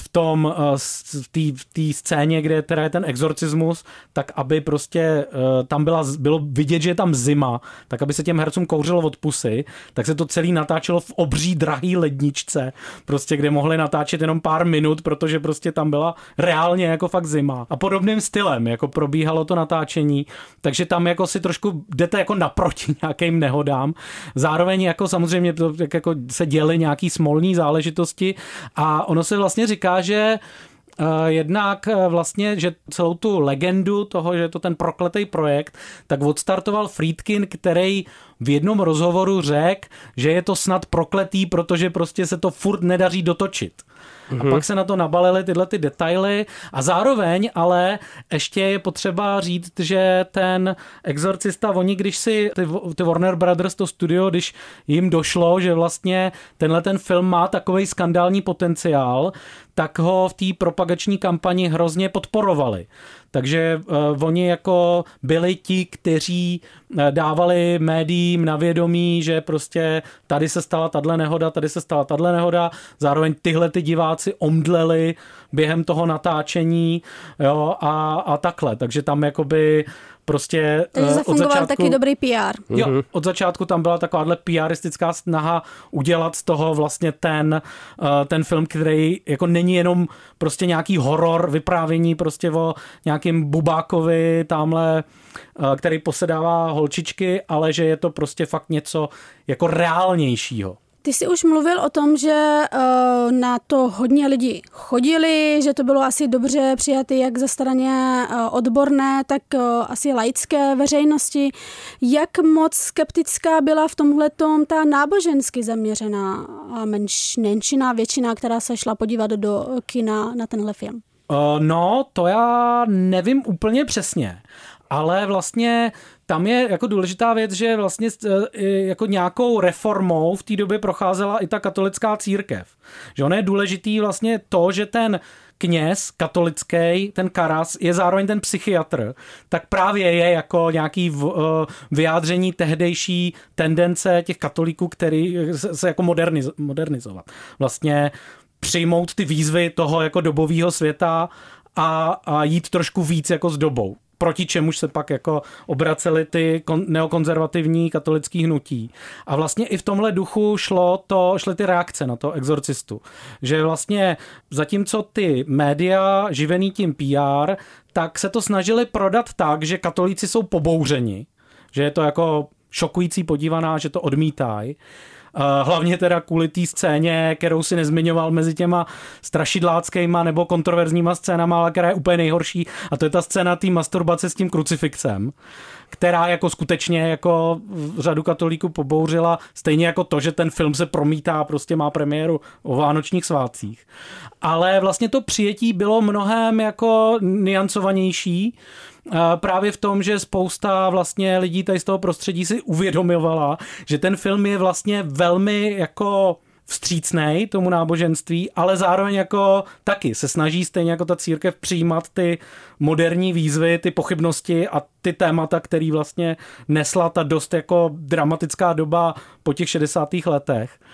v té scéně, kde teda je ten exorcismus, tak aby prostě tam bylo vidět, že je tam zima, tak aby se těm hercům kouřilo od pusy, tak se to celý natáčelo v obří drahý ledničce, prostě kde mohli natáčet jenom pár minut, protože prostě tam byla reálně jako fakt zima. A podobným stylem jako probíhalo to natáčení, takže tam jako si trošku jdete jako naproti nějakým nehodám. Zároveň jako samozřejmě to, jako se děly nějaký smolní záležitosti a ono se vlastně říká, že jednak vlastně, že celou tu legendu toho, že je to ten prokletý projekt, tak odstartoval Friedkin, který v jednom rozhovoru řekl, že je to snad prokletý, protože prostě se to furt nedaří dotočit. A pak se na to nabalily tyhle ty detaily a zároveň ale ještě je potřeba říct, že ten Exorcista, oni když si ty Warner Brothers, to studio, když jim došlo, že vlastně tenhle ten film má takovej skandální potenciál, tak ho v té propagační kampani hrozně podporovali. Takže oni jako byli ti, kteří dávali médiím na vědomí, že prostě tady se stala tato nehoda, zároveň tyhle ty diváci omdleli během toho natáčení, jo, a takhle. Takže tam jakoby prostě takže zafungoval taky dobrý PR. Jo, od začátku tam byla takováhle PRistická snaha udělat z toho vlastně ten film, který jako není jenom prostě nějaký horor, vyprávění prostě o nějakým bubákovi tamhle, který posedává holčičky, ale že je to prostě fakt něco jako reálnějšího. Ty jsi už mluvil o tom, že na to hodně lidí chodili, že to bylo asi dobře přijaté jak ze straně odborné, tak asi laické veřejnosti. Jak moc skeptická byla v tomhletom ta nábožensky zaměřená menšina, většina, která se šla podívat do kina na tenhle film? No, to já nevím úplně přesně, ale vlastně tam je jako důležitá věc, že vlastně jako nějakou reformou v té době procházela i ta katolická církev. Že ono je důležitý vlastně to, že ten kněz katolický, ten Karas, je zároveň ten psychiatr, tak právě je jako nějaký vyjádření tehdejší tendence těch katolíků, který se jako modernizovat. Vlastně přijmout ty výzvy toho jako dobového světa a jít trošku víc jako s dobou. Proti čemuž se pak jako obracely ty neokonzervativní katolický hnutí. A vlastně i v tomhle duchu šly ty reakce na to Exorcistu. Že vlastně zatímco ty média živený tím PR, tak se to snažili prodat tak, že katolíci jsou pobouřeni. Že je to jako šokující podívaná, že to odmítají. Hlavně teda kvůli té scéně, kterou si nezmiňoval mezi těma strašidláckýma nebo kontroverzníma scénama, ale která je úplně nejhorší, a to je ta scéna té masturbace s tím krucifixem, která jako skutečně jako řadu katolíků pobouřila, stejně jako to, že ten film se promítá, prostě má premiéru o vánočních svátcích. Ale vlastně to přijetí bylo mnohem jako niancovanější, právě v tom, že spousta vlastně lidí tady z toho prostředí si uvědomovala, že ten film je vlastně velmi jako vstřícnej tomu náboženství, ale zároveň jako taky se snaží stejně jako ta církev přijímat ty moderní výzvy, ty pochybnosti a ty témata, který vlastně nesla ta dost jako dramatická doba po těch 60. letech.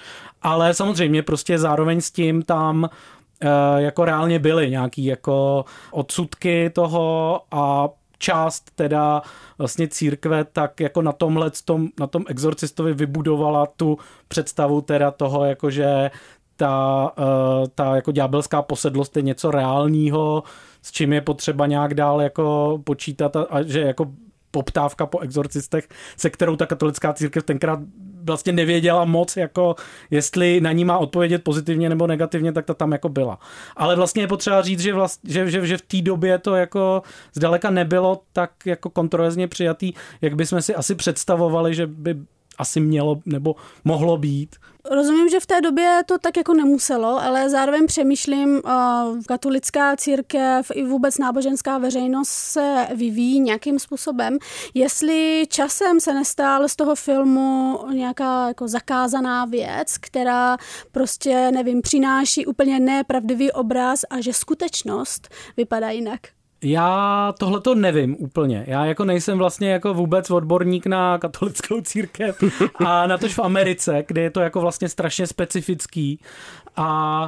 ale samozřejmě prostě zároveň s tím tam jako reálně byly nějaký jako odsudky toho a část teda vlastně církve tak jako na tom exorcistovi vybudovala tu představu teda toho, jakože ta jako ďábelská posedlost je něco reálního, s čím je potřeba nějak dál jako počítat a že jako poptávka po exorcistech, se kterou ta katolická církev tenkrát vlastně nevěděla moc, jako jestli na ní má odpovědět pozitivně nebo negativně, tak ta tam jako byla. Ale vlastně je potřeba říct, že v té době to jako zdaleka nebylo tak jako kontroverzně přijatý, jak bychom si asi představovali, že by asi mělo nebo mohlo být. Rozumím, že v té době to tak jako nemuselo, ale zároveň přemýšlím, katolická církev i vůbec náboženská veřejnost se vyvíjí nějakým způsobem. Jestli časem se nestal z toho filmu nějaká jako zakázaná věc, která prostě, nevím, přináší úplně nepravdivý obraz a že skutečnost vypadá jinak. Já tohleto nevím úplně. Já jako nejsem vlastně jako vůbec odborník na katolickou církev a na tož v Americe, kde je to jako vlastně strašně specifický a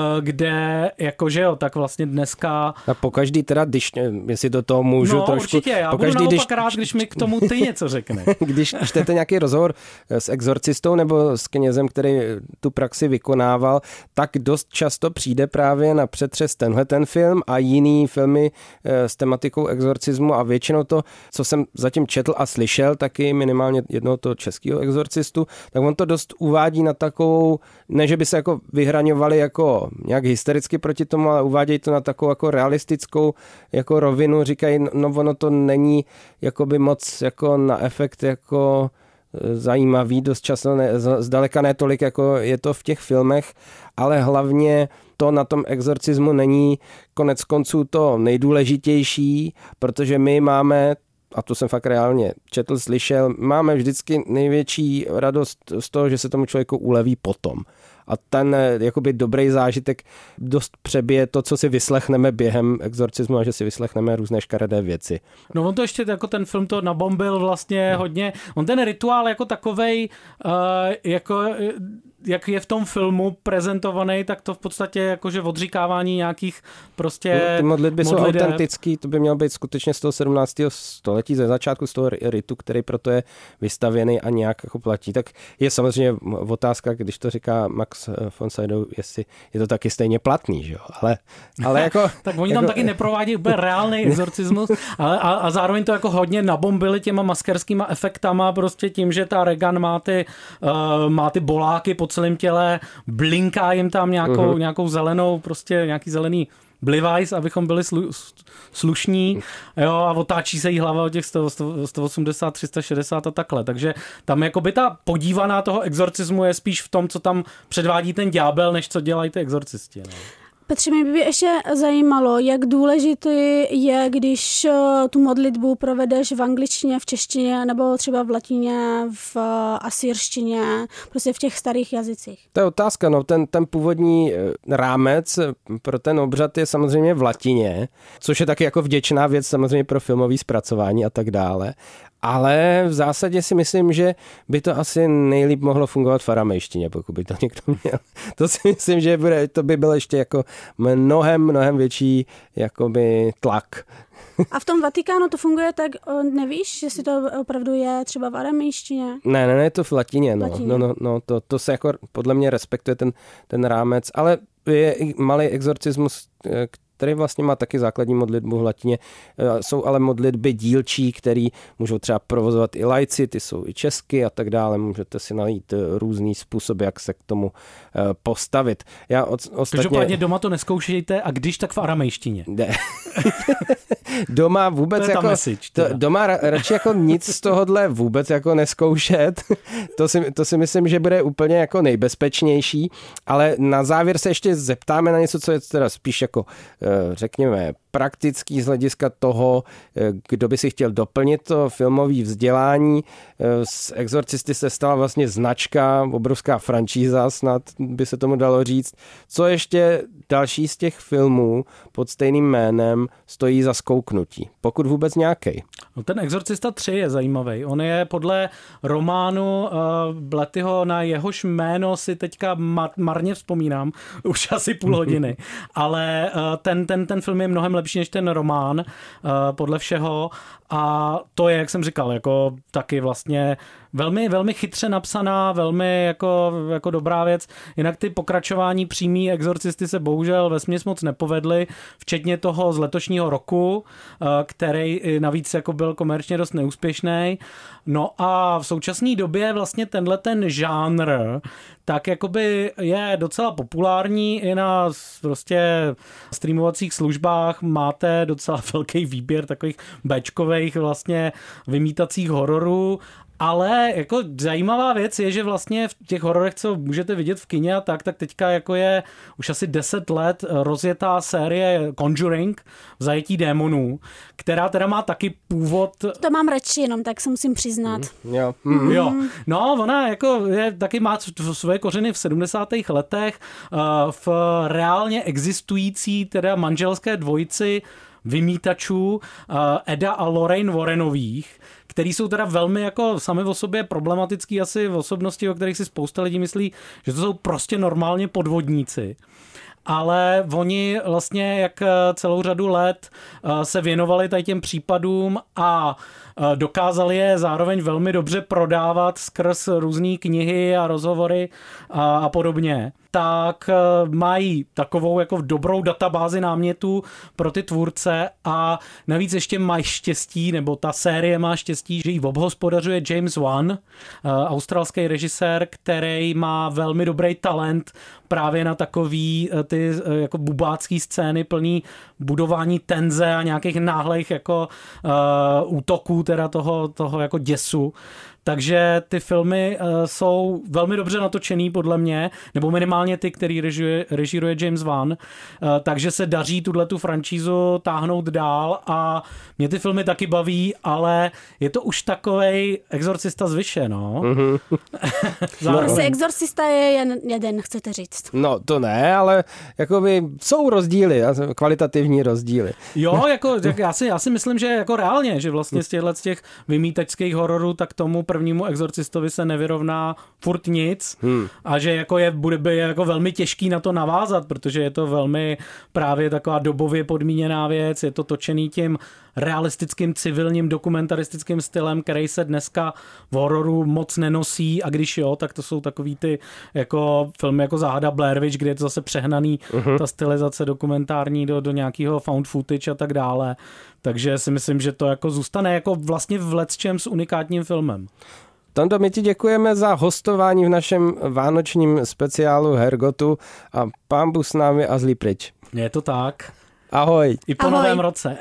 kde jakože jo, tak vlastně dneska... A pokaždý teda, jestli do toho můžu trošku... No určitě, já budu naopak rád, když mi k tomu ty něco řekne. Když čtete nějaký rozhovor s exorcistou nebo s knězem, který tu praxi vykonával, tak dost často přijde právě na přetřes tenhle ten film a jiný filmy s tematikou exorcismu a většinou to, co jsem zatím četl a slyšel, taky minimálně jednoho toho českého exorcistu, tak on to dost uvádí na takovou, ne že by se jako vyhraňovali jako nějak hystericky proti tomu, ale uvádějí to na takovou jako realistickou jako rovinu, říkají, no ono to není jakoby moc jako na efekt jako zajímavý, dost často zdaleka ne tolik, jako je to v těch filmech, ale hlavně to na tom exorcismu není konec konců to nejdůležitější, protože my máme, a to jsem fakt reálně četl, slyšel, máme vždycky největší radost z toho, že se tomu člověku uleví potom. A ten jakoby dobrý zážitek dost přebije to, co si vyslechneme během exorcismu a že si vyslechneme různé škaredé věci. No on to ještě jako ten film to nabombil vlastně hodně. On ten rituál jako takovej, jako jak je v tom filmu prezentovaný, tak to v podstatě jakože odříkávání nějakých prostě ty modlitby jsou autentický, to by mělo být skutečně z toho 17. století, ze začátku z toho ritu, který proto je vystavěný a nějak jako platí. Tak je samozřejmě otázka, když to říká Max von Sydow, jestli je to taky stejně platný, že jo? Ale jako... tak oni tam taky neprovádějí úplně reálný exorcismus, a zároveň to jako hodně nabombili těma maskerskýma efektama, prostě tím, že ta Regan má ty boláky po celém těle, blinká jim tam nějakou zelenou, prostě nějaký zelený blivajs, abychom byli slušní, jo, a otáčí se jí hlava o těch 180, 360 a takhle. Takže tam jakoby ta podívaná toho exorcismu je spíš v tom, co tam předvádí ten ďábel, než co dělají ty exorcisti. No. Petře, mě by ještě zajímalo, jak důležitý je, když tu modlitbu provedeš v angličtině, v češtině nebo třeba v latině, v asýrštině, prostě v těch starých jazycích. To je otázka, no, ten původní rámec pro ten obřad je samozřejmě v latině, což je taky jako vděčná věc samozřejmě pro filmové zpracování a tak dále. Ale v zásadě si myslím, že by to asi nejlíp mohlo fungovat v aramejštině, pokud by to někdo měl. To si myslím, že to by byl ještě jako mnohem větší jakoby tlak. A v tom Vatikánu to funguje tak, nevíš, jestli to opravdu je třeba v aramejštině? Ne, je to v latině, no. To se jako podle mě respektuje ten rámec, ale je i malý exorcismus, který vlastně má taky základní modlitbu v latině. Jsou ale modlitby dílčí, které můžou třeba provozovat i laici, ty jsou i česky a tak dále. Můžete si najít různý způsoby, jak se k tomu postavit. Každopádně doma to neskoušejte a když tak v aramejštině. Ne. Doma vůbec jako... Doma radši jako nic z tohohle vůbec jako neskoušet. To si myslím, že bude úplně jako nejbezpečnější, ale na závěr se ještě zeptáme na něco, co je teda spíš jako řekněme praktický z hlediska toho, kdo by si chtěl doplnit to filmové vzdělání. Z Exorcisty se stala vlastně značka, obrovská franšíza, snad by se tomu dalo říct. Co ještě další z těch filmů pod stejným jménem stojí za zkouknutí, pokud vůbec nějaký? No ten Exorcista 3 je zajímavý. On je podle románu Blattyho, na jehož jméno si teďka marně vzpomínám, už asi půl hodiny, ale ten film je mnohem lepší než ten román, podle všeho, a to je, jak jsem říkal, jako taky vlastně velmi, velmi chytře napsaná, velmi jako dobrá věc. Jinak ty pokračování přímý Exorcisty se bohužel vesměs moc nepovedly, včetně toho z letošního roku, který navíc jako byl komerčně dost neúspěšný. No a v současné době vlastně tenhle ten žánr tak jakoby je docela populární i na prostě streamovacích službách. Máte docela velký výběr takových béčkových vlastně vymítacích hororů. Ale jako zajímavá věc je, že vlastně v těch hororech, co můžete vidět v kině a tak teďka jako je už asi 10 let rozjetá série Conjuring, v zajetí démonů, která teda má taky původ... To mám radši jenom, tak se musím přiznat. Jo. Jo. No, ona jako taky má svoje kořeny v 70. letech v reálně existující teda manželské dvojici vymítačů Eda a Lorraine Warrenových, který jsou teda velmi jako sami o sobě problematický asi v osobnosti, o kterých si spousta lidí myslí, že to jsou prostě normálně podvodníci. Ale oni vlastně jak celou řadu let se věnovali tady těm případům a dokázali je zároveň velmi dobře prodávat skrz různé knihy a rozhovory a podobně, tak mají takovou jako dobrou databázi námětů pro ty tvůrce a navíc ještě mají štěstí, nebo ta série má štěstí, že ji obhospodařuje James Wan, australský režisér, který má velmi dobrý talent právě na takový ty jako bubácký scény plný budování tenze a nějakých náhlejch jako útoků teda toho jako děsu. Takže ty filmy jsou velmi dobře natočený podle mě, nebo minimálně ty, který režíruje James Wan, takže se daří tu franšízu táhnout dál a mě ty filmy taky baví, ale je to už takovej Exorcista zvyše, no. Mm-hmm. Prostě Exorcista je jen jeden, chcete říct. No to ne, ale jakoby jsou rozdíly, kvalitativní rozdíly. Jo, jako já si myslím, že jako reálně, že vlastně z těch vymítačských hororů tak tomu prvnímu Exorcistovi se nevyrovná furt nic a že bude jako velmi těžký na to navázat, protože je to velmi právě taková dobově podmíněná věc, je to točený tím realistickým civilním dokumentaristickým stylem, který se dneska v hororu moc nenosí a když jo, tak to jsou takový ty jako filmy jako Záhada Blair Witch, kde je to zase přehnaný ta stylizace dokumentární do nějakého found footage a tak dále. Takže si myslím, že to jako zůstane jako vlastně v lecčem s unikátním filmem. Tondo, my ti děkujeme za hostování v našem vánočním speciálu Hergotu a pán Bůh s námi a zlý pryč. Je to tak. Ahoj. I po novém roce.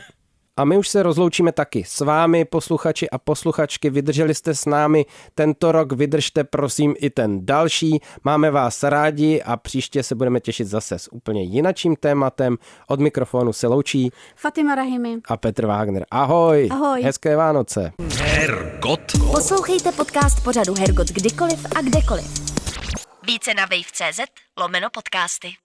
A my už se rozloučíme taky s vámi, posluchači a posluchačky. Vydrželi jste s námi tento rok, vydržte prosím i ten další. Máme vás rádi a příště se budeme těšit zase s úplně jinakším tématem. Od mikrofonu se loučí Fatima Rahimi a Petr Wagner. Ahoj. Ahoj. Hezké Vánoce. Hergot. Poslouchejte podcast pořadu Hergot kdykoliv a kdekoliv. Více na wave.cz/podcasty.